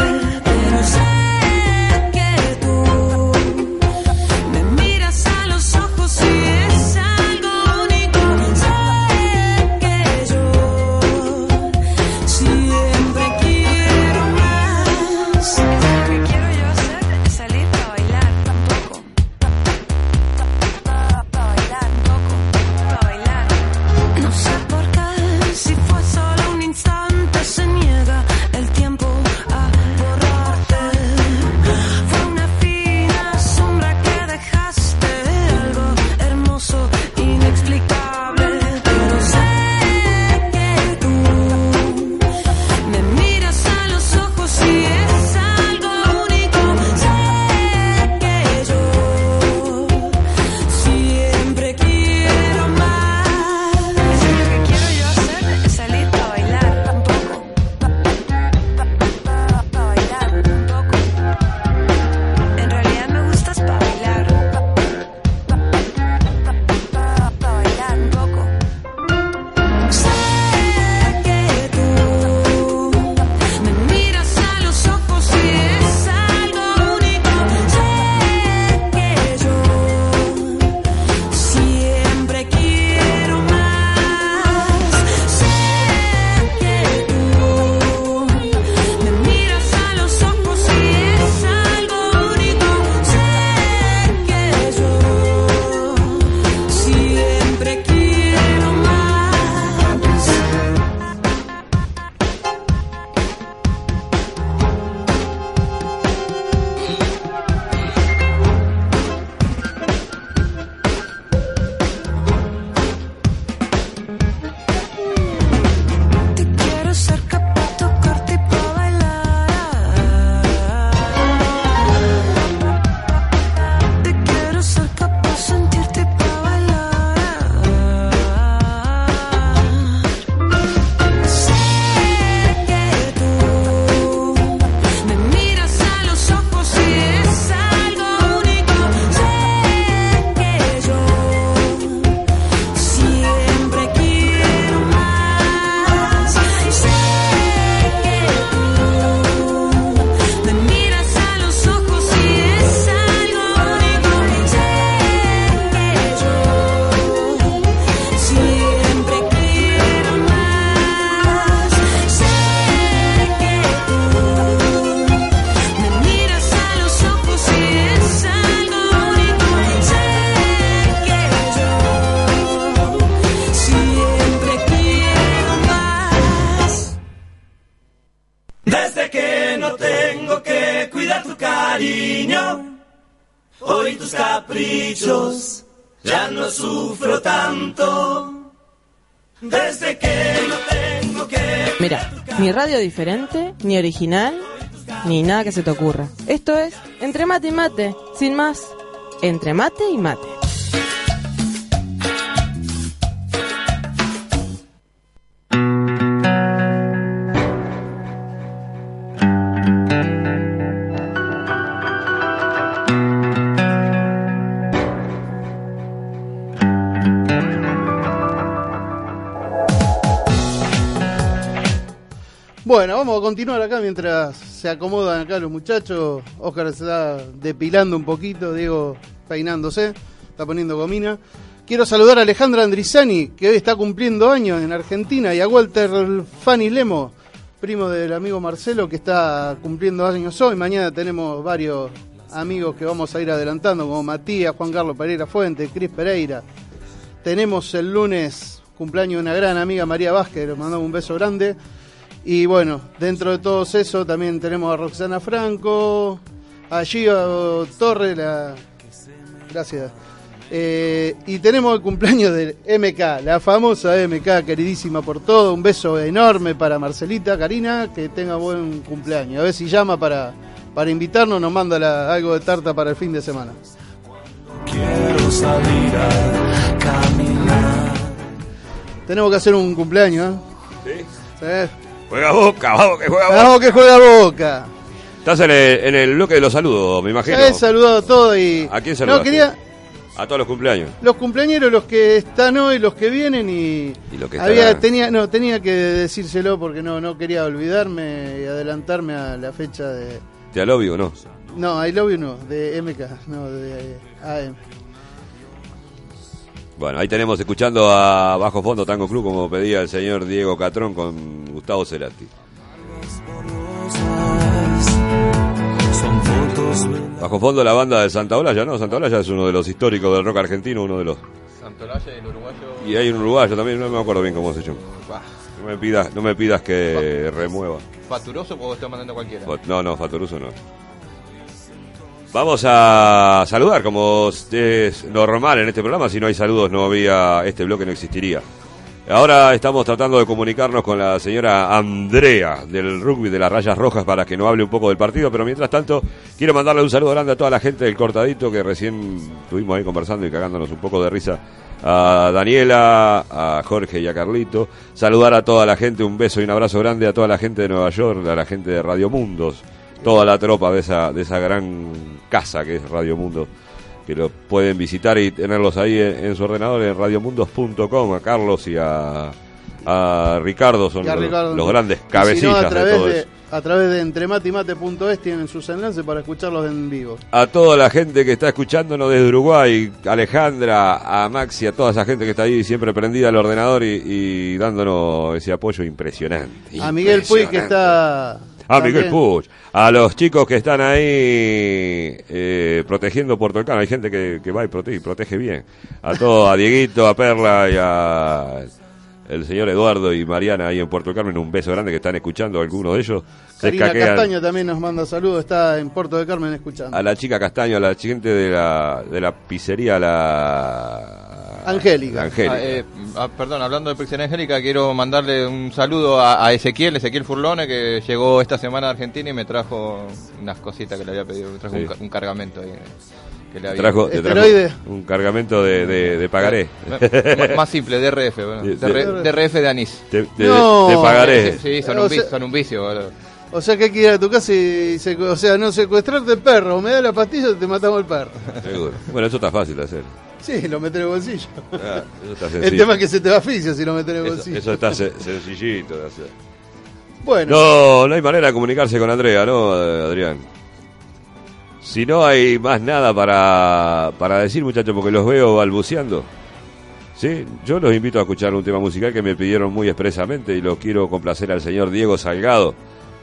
caprichos, ya no sufro tanto, desde que no tengo que... Mira, ni radio diferente, ni original, ni nada que se te ocurra. Esto es Entre Mate y Mate, sin más, Entre Mate y Mate. Bueno, vamos a continuar acá mientras se acomodan acá los muchachos. Óscar se está depilando un poquito, Diego peinándose, está poniendo gomina. Quiero saludar a Alejandra Andrizani, que hoy está cumpliendo años en Argentina, y a Walter Fanny Lemo, primo del amigo Marcelo, que está cumpliendo años hoy. Mañana tenemos varios amigos que vamos a ir adelantando, como Matías, Juan Carlos Pereira Fuente, Cris Pereira. Tenemos el lunes cumpleaños de una gran amiga, María Vázquez, le mandamos un beso grande. Y bueno, dentro de todos eso también tenemos a Roxana Franco, a Gio Torre, gracias. Y tenemos el cumpleaños de MK, la famosa MK, queridísima por todo. Un beso enorme para Marcelita, Karina, que tenga buen cumpleaños. A ver si llama para invitarnos, nos manda algo de tarta para el fin de semana. Quiero salir a caminar. Tenemos que hacer un cumpleaños, ¿eh? Sí. Juega Boca, vamos que juega Boca. Vamos que juega Boca. Estás en el bloque de los saludos, me imagino. Ya he saludado a todos y... ¿A quién saludaste? No, quería... A todos los cumpleaños. Los cumpleañeros, los que están hoy, los que vienen y lo que tenía que decírselo porque no quería olvidarme y adelantarme a la fecha de... ¿Te I love you o no? No, I love you no, de MK, no, de AM. Bueno, ahí tenemos escuchando a Bajo Fondo Tango Club, como pedía el señor Diego Catrón con Gustavo Cerati. Bajo Fondo, la banda de Santa Olalla, ¿no? Santa Olalla es uno de los históricos del rock argentino, uno de los... Santa Olalla y el uruguayo... Y hay un uruguayo también, no me acuerdo bien cómo se llama. No me pidas que remueva. ¿Faturoso o estoy mandando cualquiera? No, Faturoso no. Vamos a saludar, como es normal en este programa. Si no hay saludos, no había, este bloque no existiría. Ahora estamos tratando de comunicarnos con la señora Andrea del rugby de las Rayas Rojas para que nos hable un poco del partido, pero mientras tanto quiero mandarle un saludo grande a toda la gente del Cortadito que recién estuvimos ahí conversando y cagándonos un poco de risa. A Daniela, a Jorge y a Carlito. Saludar a toda la gente, un beso y un abrazo grande a toda la gente de Nueva York, a la gente de Radio Mundos, toda la tropa de esa gran casa que es Radio Mundo, que lo pueden visitar y tenerlos ahí en su ordenador en radiomundos.com. A Carlos y a Ricardo son los grandes cabecillas de todo eso. A través de entrematemate.es tienen sus enlaces para escucharlos en vivo. A toda la gente que está escuchándonos desde Uruguay, a Alejandra, a Maxi, a toda esa gente que está ahí siempre prendida al ordenador y dándonos ese apoyo impresionante. A Miguel Puy, que está... Miguel Puch, a los chicos que están ahí protegiendo Puerto del Carmen. Hay gente que va y protege bien. A todos, a Dieguito, a Perla y a el señor Eduardo y Mariana ahí en Puerto del Carmen, un beso grande que están escuchando, algunos de ellos. Karina Castaño también nos manda saludos, está en Puerto del Carmen escuchando. A la chica Castaño, a la gente de la pizzería, la... Angélica. Perdón, hablando de pizzería Angélica, quiero mandarle un saludo a Ezequiel Furlone, que llegó esta semana a Argentina y me trajo unas cositas que le había pedido, me trajo un cargamento ahí. Que le había... te trajo un cargamento de pagaré. Más simple, DRF, bueno. DRF de anís. De pagaré. Sí, son un vicio. Boludo. O sea que hay que ir a tu casa y no secuestrarte el perro, o me da la pastilla y te matamos el perro. Seguro. Bueno, eso está fácil de hacer. Sí, lo metes en el bolsillo. Eso está sencillo. El tema es que se te va oficio si lo metes en el bolsillo. Eso está sencillito de hacer. Bueno. No hay manera de comunicarse con Andrea, ¿no, Adrián? Si no hay más nada para decir, muchachos, porque los veo balbuceando. ¿Sí? Yo los invito a escuchar un tema musical que me pidieron muy expresamente y lo quiero complacer al señor Diego Salgado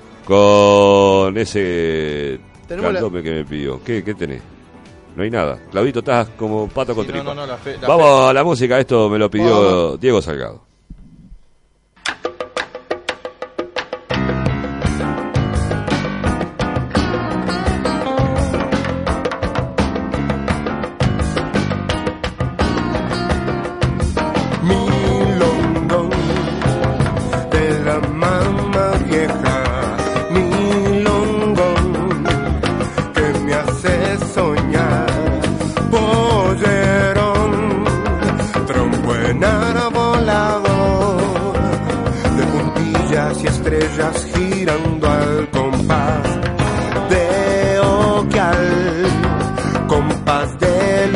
con ese candombe que me pidió. ¿Qué tenés? No hay nada. Claudito, estás como pato con tripa. Vamos a la música, esto me lo pidió Diego Salgado.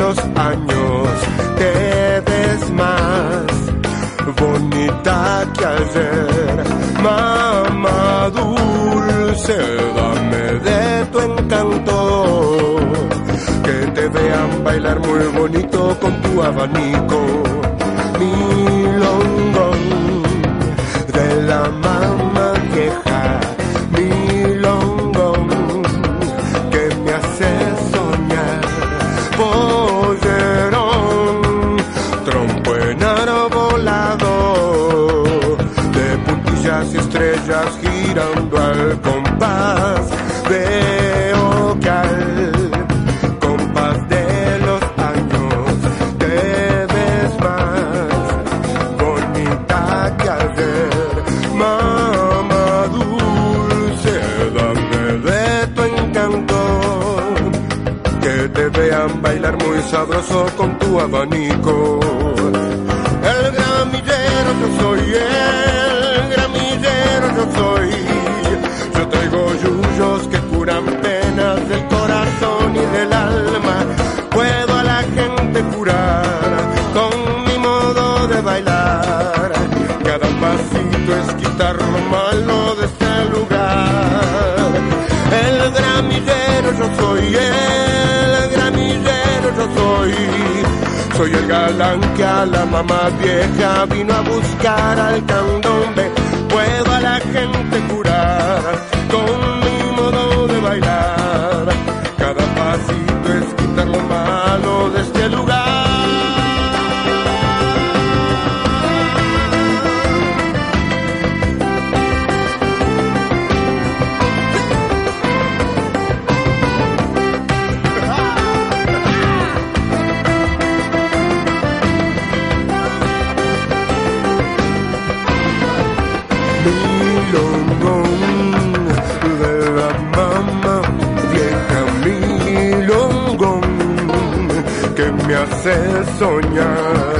los años te ves más bonita que ayer. Mamá dulce, dame de tu encanto, que te vean bailar muy bonito con tu abanico. Milongón de la mamá vieja, milongón que me hace soñar. Pollerón, trompo en arbolado, de puntillas y estrellas girando al compás. Veo que al compás de los años te ves más bonita que ayer. Mamá dulce, dame de tu encanto, que te vean bailar muy sabroso con tu abanico. El gramillero yo soy, el gramillero yo soy. Yo traigo yuyos que curan penas del corazón y del alma. Puedo a la gente curar con mi modo de bailar. Cada pasito es quitar lo malo de este lugar. El gramillero yo soy, el gramillero yo soy. Soy el galán que a la mamá vieja vino a buscar al candombe. Puedo a la gente curar con mi modo de bailar. Cada pasito es quitar lo malo de este lugar. Me hace soñar.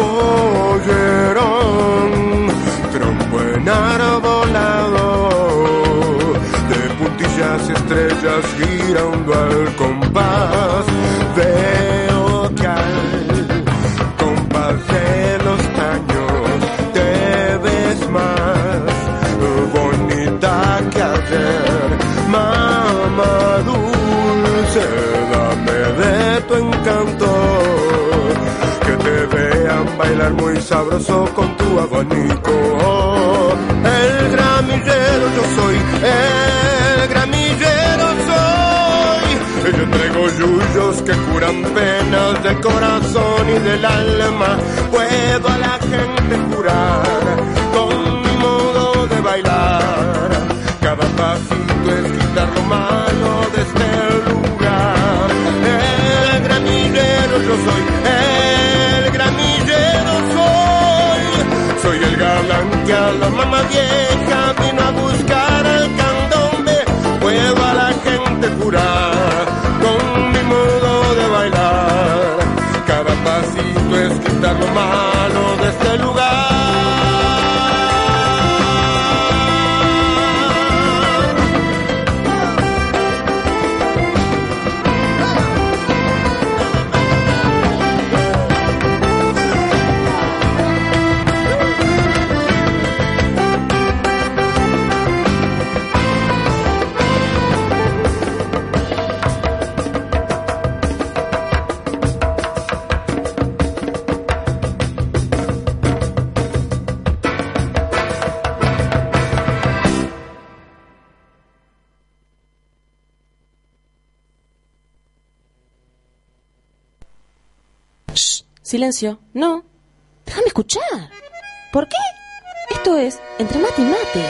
Pollerón, trompo en arbolado, de puntillas y estrellas girando al compás. Veo que al compás de los años te ves más bonita que ayer. Mamá dulce, dame de tu encanto, que te vean bailar muy sabroso con tu abanico. El gramillero yo soy, el gramillero soy. Yo traigo yuyos que curan penas del corazón y del alma. Puedo a la gente curar con mi modo de bailar. Cada pasito es quitar lo malo de este lugar. El gramillero yo soy, el gramillero soy. Soy el galán que a la mamá vieja vino a buscar al candombe. Puedo a la gente curar con mi modo de bailar. Cada pasito es quitar lo malo de este lugar. Silencio. No. Déjame escuchar. ¿Por qué? Esto es Entre Mate y Mate.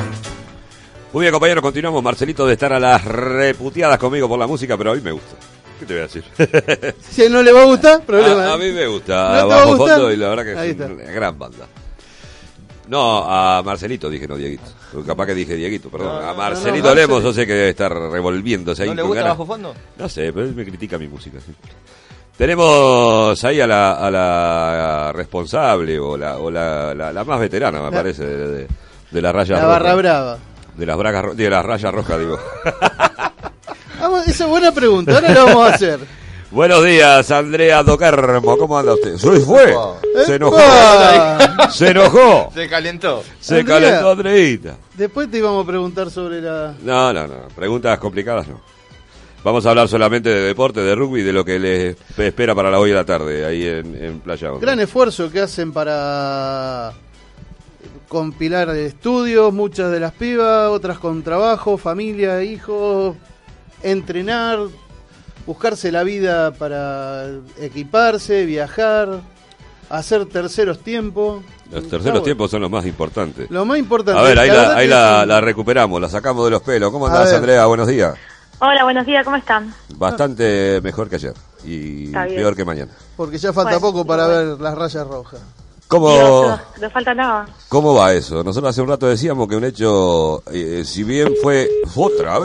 Muy bien, compañeros, continuamos. Marcelito de estar a las reputeadas conmigo por la música, pero a mí me gusta. ¿Qué te voy a decir? Si no le va a gustar, problema. A mí me gusta, ¿No Bajo Fondo, y la verdad que Ahí es está. una gran banda. No, a Marcelito dije, no Dieguito. Capaz que dije Dieguito, perdón. A Marcelito Lemos, yo sé que debe estar revolviéndose ahí. ¿No le con gusta ganas. Bajo Fondo? No sé, pero él me critica mi música. Sí. Tenemos ahí a la responsable o la más veterana, me parece, de la raya roja. La barra brava. De las rayas rojas, digo. Esa es buena pregunta, ahora la vamos a hacer. Buenos días, Andrea Docarmo. ¿Cómo anda usted? ¡Se fue! Se enojó. Se enojó. Se calentó. Se calentó, Andreita. Después te íbamos a preguntar sobre la... No. Preguntas complicadas no. Vamos a hablar solamente de deporte, de rugby, de lo que les espera para la hoy de la tarde, ahí en Playa Honda. Gran esfuerzo que hacen para compilar estudios, muchas de las pibas, otras con trabajo, familia, hijos, entrenar, buscarse la vida para equiparse, viajar, hacer terceros tiempos. Los terceros tiempos son los más importantes. Lo más importante. A ver, ahí la recuperamos, la sacamos de los pelos. ¿Cómo andás, Andrea? Buenos días. Hola, buenos días, ¿cómo están? Bastante mejor que ayer y peor que mañana. Porque ya falta poco para ver las rayas rojas. ¿Cómo? No falta nada. ¿Cómo va eso? Nosotros hace un rato decíamos que un hecho, si bien fue otra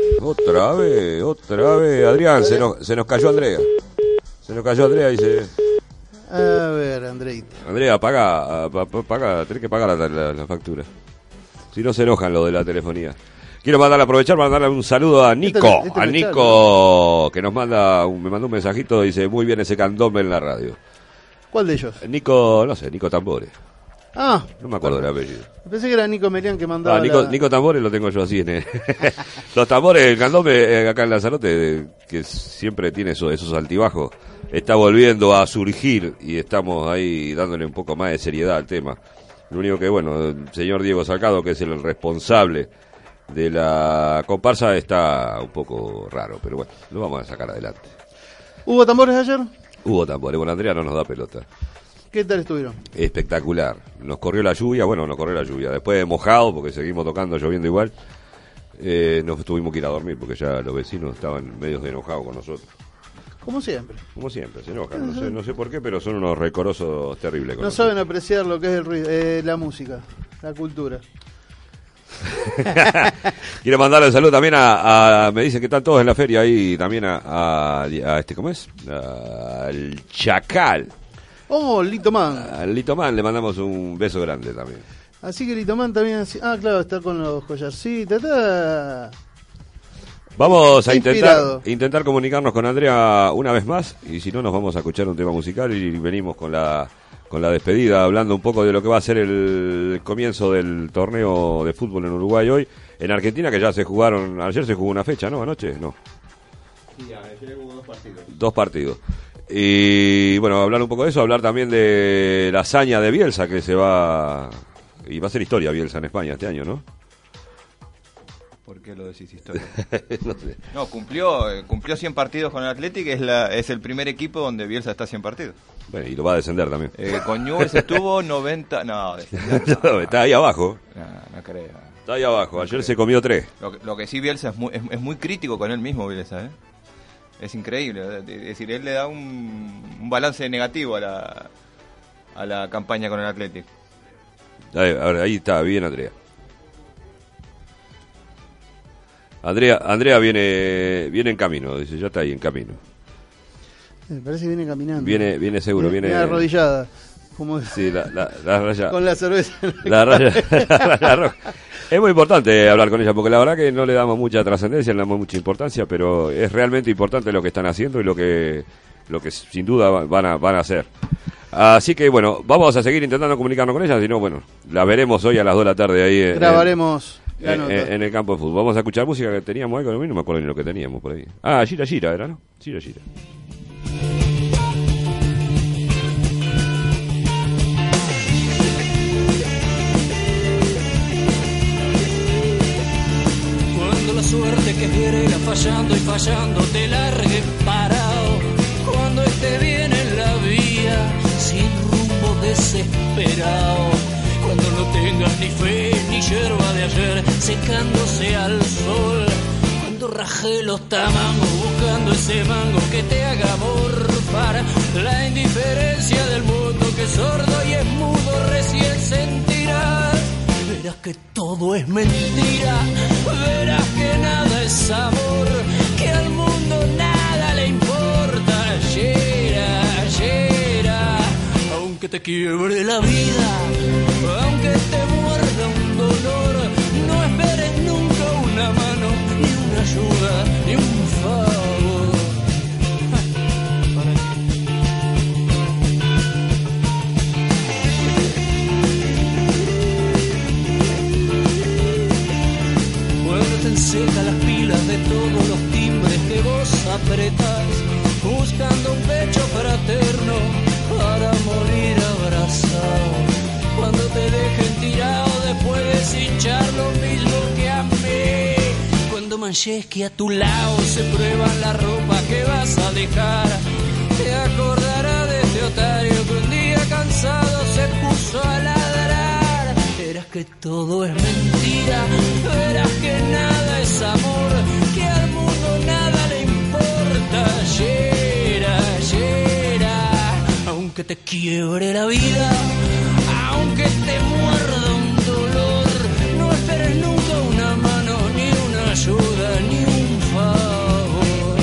vez, Adrián, se nos cayó Andrea. Se nos cayó Andrea y se... A ver, Andreita. Andrea, paga, tenés que pagar la factura. Si no se enojan los de la telefonía. Quiero aprovechar para darle un saludo a Nico. A Nico, que me mandó un mensajito, dice, muy bien ese candombe en la radio. ¿Cuál de ellos? Nico, no sé, Nico Tambores. Ah. No me acuerdo del apellido. Pensé que era Nico Melián que mandaba. Nico Tambores lo tengo yo así en los tambores, el candombe acá en Lanzarote, que siempre tiene esos altibajos, está volviendo a surgir y estamos ahí dándole un poco más de seriedad al tema. Lo único que, bueno, el señor Diego Salgado, que es el responsable de la comparsa, está un poco raro, pero bueno, lo vamos a sacar adelante. ¿Hubo tambores ayer? Hubo tambores, bueno, Andrea no nos da pelota. ¿Qué tal estuvieron? Espectacular. Nos corrió la lluvia, después de mojado, porque seguimos tocando, lloviendo igual, nos tuvimos que ir a dormir, porque ya los vecinos estaban medio enojados con nosotros. Como siempre, se enojan, no sé por qué, pero son unos recorosos terribles. No saben apreciar lo que es el ruido, la música, la cultura. Quiero mandarle un saludo también me dicen que están todos en la feria ahí, también a ¿cómo es? Al Chacal. Oh, Lito Man. Al Lito Man le mandamos un beso grande también. Así que Lito Man también, claro, está con los collarcitos, está... Vamos a intentar comunicarnos con Andrea una vez más, y si no nos vamos a escuchar un tema musical y venimos con la despedida, hablando un poco de lo que va a ser el comienzo del torneo de fútbol en Uruguay hoy. En Argentina, que ya ayer se jugó una fecha, ¿no? Anoche, no. Sí, ayer hubo 2 partidos. 2 partidos. Y bueno, hablar un poco de eso, hablar también de la hazaña de Bielsa, que va a ser historia Bielsa en España este año, ¿no? ¿Por qué lo decís historia? No sé. No, cumplió 100 partidos con el Athletic, es el primer equipo donde Bielsa está 100 partidos. Bueno, y lo va a descender también. Con Newell's estuvo 90... No, está ahí abajo. No creo. Está ahí abajo, ayer se comió 3. Lo que sí Bielsa es muy crítico con él mismo, Bielsa, ¿eh? Es increíble, es decir, él le da un balance negativo a la campaña con el Athletic. Ahí está, bien Andrea. Andrea viene en camino, dice, ya está ahí en camino. Me parece que viene caminando. Viene seguro, viene arrodillada. Como sí, la raya. Con la cerveza. La raya roja. Es muy importante hablar con ella, porque la verdad que no le damos mucha trascendencia, no le damos mucha importancia, pero es realmente importante lo que están haciendo y lo que sin duda van a hacer. Así que bueno, vamos a seguir intentando comunicarnos con ella, si no, bueno, la veremos hoy a las 2 de la tarde ahí. Grabaremos en el campo de fútbol. Vamos a escuchar música que teníamos ahí, no me acuerdo ni lo que teníamos por ahí. Gira era, ¿no? Gira. Cuando la suerte que quiere irá fallando y fallando te largue parado, cuando esté bien en la vía sin rumbo desesperado, cuando no tengas ni fe ni yerba de ayer secándose al sol, cuando Cuando rajé los tamangos buscando ese mango que te haga morfar, la indiferencia del mundo que es sordo y es mudo recién sentirás. Verás que todo es mentira, verás que nada es amor, que al mundo nada le importa. Ayer, aunque te quiebre la vida, aunque te muerda un dolor, no esperes nunca una mano, ni una ayuda, ni un favor. Cuando te enseca las pilas de todos los timbres que vos apretás, buscando un pecho fraterno para morir abrazado. Cuando te dejen tirado después de cinchar lo mismo que a mí. Cuando manches que a tu lado se prueban la ropa que vas a dejar, te acordarás de este otario que un día cansado se puso a ladrar. Verás que todo es mentira, verás que nada es amor, que al mundo nada le importa. Ayer, aunque te quiebre la vida, aunque te muerda un dolor, no esperes nunca una mano, ni una ayuda, ni un favor.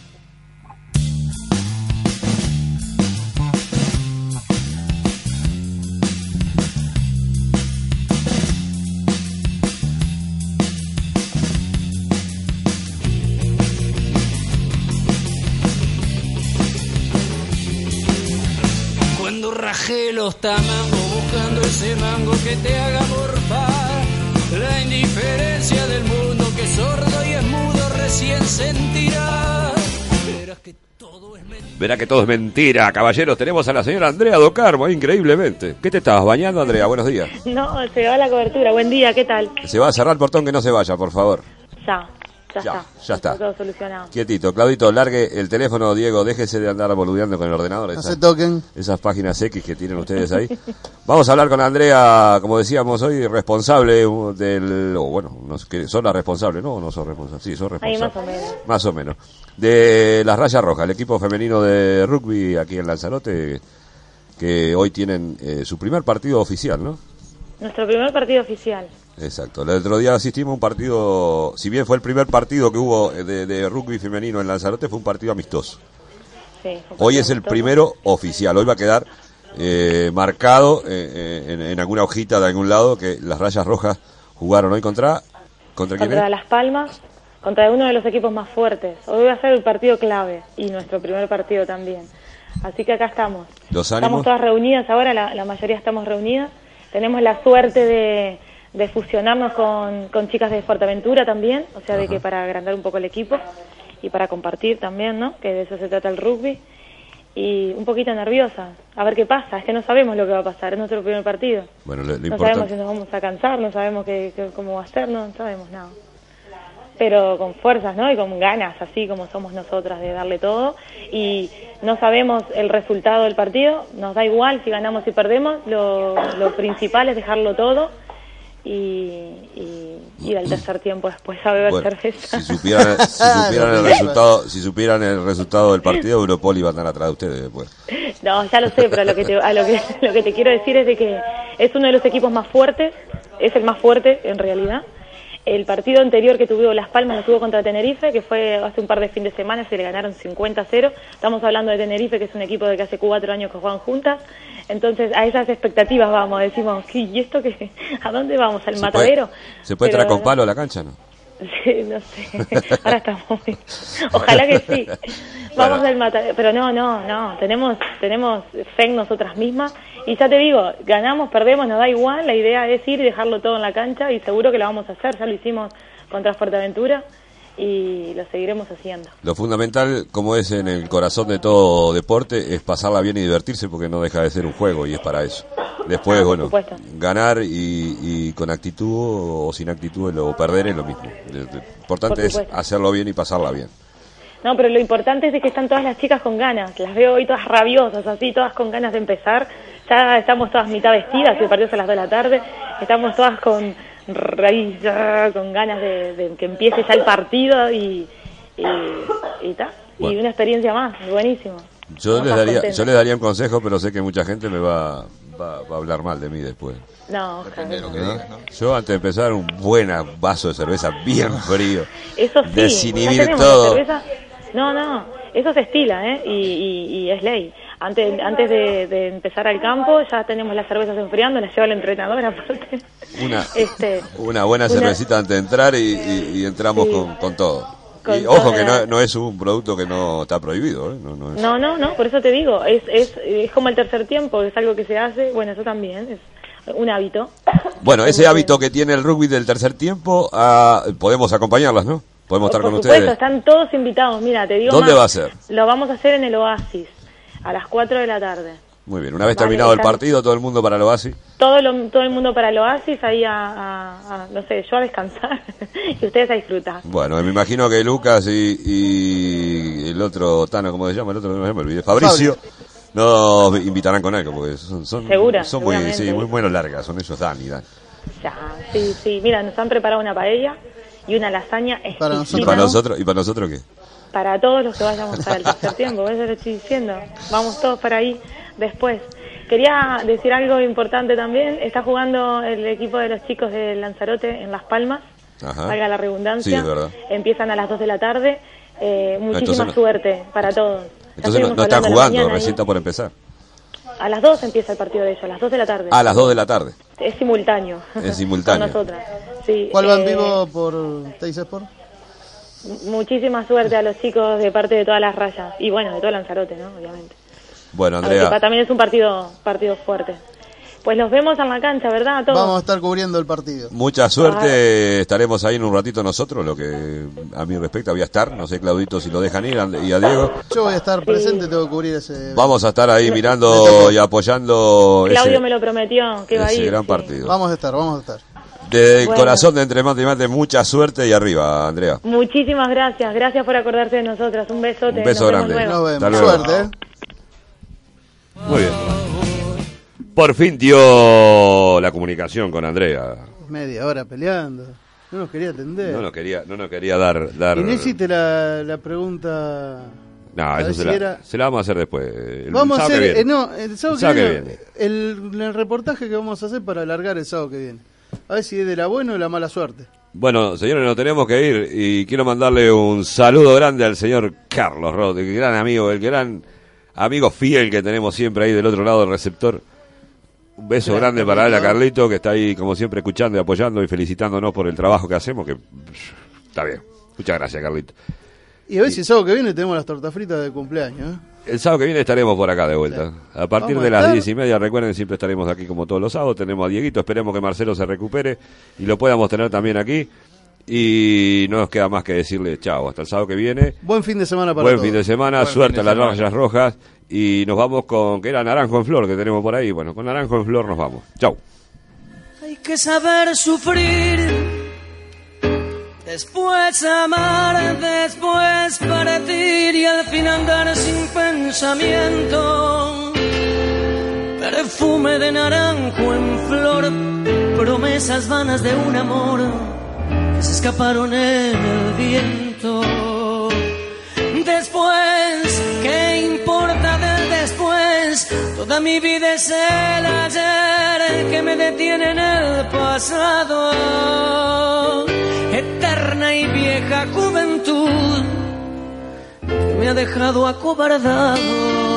Cuando rajé los tamangos buscando ese mango que te haga morfar, la indiferencia del mundo que es sordo y es mudo recién sentirá. Verá que todo es mentira, caballeros. Tenemos a la señora Andrea Docarmo, increíblemente. ¿Qué te estabas bañando, Andrea? Buenos días. No, se va la cobertura. Buen día, ¿qué tal? Se va a cerrar el portón, que no se vaya, por favor. Ya está todo solucionado. Quietito. Claudito, largue el teléfono, Diego, déjese de andar boludeando con el ordenador. No se toquen. Esas páginas X que tienen ustedes ahí. Vamos a hablar con Andrea, como decíamos hoy, responsable del... no sé qué, son las responsables, ¿no? ¿O no son responsables? Sí, son responsables. Ahí más o menos. Más o menos. De las Rayas Rojas, el equipo femenino de rugby aquí en Lanzarote, que hoy tienen su primer partido oficial, ¿no? Nuestro primer partido oficial. Exacto. El otro día asistimos a un partido, si bien fue el primer partido que hubo de rugby femenino en Lanzarote, fue un partido amistoso. Sí, hoy es el primero oficial. Hoy va a quedar marcado en alguna hojita de algún lado que las Rayas Rojas jugaron hoy contra Las Palmas, contra uno de los equipos más fuertes. Hoy va a ser el partido clave y nuestro primer partido también. Así que acá estamos. ¿Los ánimos? Estamos todas reunidas ahora, la mayoría estamos reunidas. Tenemos la suerte de fusionarnos con chicas de Fuerteventura también, o sea, de que para agrandar un poco el equipo y para compartir también, ¿no? Que de eso se trata el rugby. Y un poquito nerviosa, a ver qué pasa, es que no sabemos lo que va a pasar, es nuestro primer partido. Bueno, no sabemos si nos vamos a cansar, no sabemos cómo va a ser, no sabemos nada. Pero con fuerzas, ¿no? Y con ganas, así como somos nosotras, de darle todo. Y no sabemos el resultado del partido, nos da igual si ganamos y perdemos, lo principal es dejarlo todo y ir al tercer tiempo después a beber cerveza. Si supieran el resultado del partido, Europol iba a estar atrás de ustedes después. No, ya lo sé, pero lo que te quiero decir es de que es uno de los equipos más fuertes, es el más fuerte en realidad. El partido anterior que tuvo Las Palmas lo tuvo contra Tenerife, que fue hace un par de fines de semana, se le ganaron 50-0. Estamos hablando de Tenerife, que es un equipo de que hace 4 años que juegan juntas. Entonces, a esas expectativas vamos, decimos, ¿y esto qué? ¿A dónde vamos? ¿Al matadero? ¿Se puede traer con palo a la cancha, no? Sí, no sé. Ahora estamos... Ojalá que sí. Vamos al matadero. Pero no. Tenemos fe en nosotras mismas. Y ya te digo, ganamos, perdemos, nos da igual. La idea es ir y dejarlo todo en la cancha. Y seguro que lo vamos a hacer. Ya lo hicimos contra Fuerteventura. Y lo seguiremos haciendo. Lo fundamental, como es en el corazón de todo deporte, es pasarla bien y divertirse, porque no deja de ser un juego y es para eso. Después, ganar y con actitud o sin actitud o perder es lo mismo. Lo importante es hacerlo bien y pasarla bien. No, pero lo importante es que están todas las chicas con ganas. Las veo hoy todas rabiosas, así, todas con ganas de empezar. Ya estamos todas mitad vestidas, el partido es a las 2 de la tarde. Estamos todas con con ganas de que empiece ya el partido y ta. Bueno. Y una experiencia más, buenísimo. Yo les daría un consejo, pero sé que mucha gente me va a hablar mal de mí después. No, depende de lo que digas, ¿no? Yo antes de empezar un buen vaso de cerveza bien frío. Eso sí. Desinhibir todo. No, eso se estila, y es ley. Antes de empezar al campo ya tenemos las cervezas enfriando, las lleva el entrenador aparte. Una buena cervecita antes de entrar y entramos con todo. Y ojo que no es un producto que no está prohibido, ¿eh? No, por eso te digo, es como el tercer tiempo, es algo que se hace, bueno, eso también es un hábito. Bueno, ese hábito que tiene el rugby del tercer tiempo, podemos acompañarlas, ¿no? Podemos estar con ustedes. Por supuesto, ustedes. están todos invitados, mira, te digo. ¿Dónde va a ser? Lo vamos a hacer en el Oasis, a las 4 de la tarde. Muy bien, una vez terminado el partido, todo el mundo para el Oasis. Todo el mundo para el Oasis, ahí no sé, yo a descansar y ustedes a disfrutar. Bueno, me imagino que Lucas y el otro Tano, ¿cómo se llama? El otro no me olvidé, Fabricio, nos invitarán con algo, porque son muy buenos largas, son ellos Dan y Dan. Ya, sí, mira, nos han preparado una paella y una lasaña exquisita. ¿Y para nosotros qué? Para todos los que vayamos para el tercer tiempo, eso lo estoy diciendo. Vamos todos para ahí después. Quería decir algo importante también. Está jugando el equipo de los chicos de Lanzarote en Las Palmas. Ajá. Valga la redundancia. Sí, es verdad. Empiezan a las 2 de la tarde. Muchísima suerte para todos. Entonces no están jugando, recién está por empezar. A las 2 empieza el partido de ellos, a las 2 de la tarde. A las 2 de la tarde. Es simultáneo. Es simultáneo. Con nosotras. Sí, ¿Cuál va en vivo por Teis Sport? Muchísima suerte a los chicos de parte de todas las rayas. Y bueno, de todo Lanzarote, ¿no? Obviamente. Bueno, Andrea. También es un partido fuerte. Pues nos vemos en la cancha, ¿verdad? A todos. Vamos a estar cubriendo el partido. Mucha suerte, estaremos ahí en un ratito nosotros, lo que a mí respecta voy a estar, no sé Claudito si lo dejan ir, y a Diego. Yo voy a estar presente, tengo que cubrir ese... Vamos a estar ahí mirando y apoyando Claudio me lo prometió, que va a ir. Ese gran partido. Vamos a estar. Desde el corazón de Entre Mate y Mate, mucha suerte y arriba, Andrea. Muchísimas gracias por acordarse de nosotras, un besote. Un beso grande. Nos vemos. Suerte. Muy bien. Por fin dio la comunicación con Andrea. Media hora peleando. No nos quería atender. No nos quería dar... Y no hiciste la pregunta... No, eso se la vamos a hacer después. Vamos a hacer... el sábado que viene. El reportaje que vamos a hacer para alargar el sábado que viene. A ver si es de la buena o de la mala suerte. Bueno, señores, nos tenemos que ir y quiero mandarle un saludo grande al señor Carlos Roth, el gran amigo, el gran amigo fiel que tenemos siempre ahí del otro lado del receptor. Un beso grande para él, a Carlito, que está ahí como siempre escuchando y apoyando y felicitándonos por el trabajo que hacemos, que está bien. Muchas gracias, Carlito. Y a ver si el sábado que viene tenemos las tortas fritas de cumpleaños, ¿eh? El sábado que viene estaremos por acá de vuelta. A partir de las 10:30, recuerden, siempre estaremos aquí como todos los sábados. Tenemos a Dieguito, esperemos que Marcelo se recupere y lo podamos tener también aquí. Y no nos queda más que decirle chao, hasta el sábado que viene. Buen fin de semana para todos. Buen fin de semana, suerte a las rayas rojas. Y nos vamos con, que era Naranjo en Flor, que tenemos por ahí. Bueno, con Naranjo en Flor nos vamos. Chao. Hay que saber sufrir, después amar, después partir y al fin andar sin pensamiento. Perfume de naranjo en flor, promesas vanas de un amor que se escaparon en el viento. Después, ¿qué importa del después? Toda mi vida es el ayer que me detiene en el pasado. Eterna y vieja juventud que me ha dejado acobardado.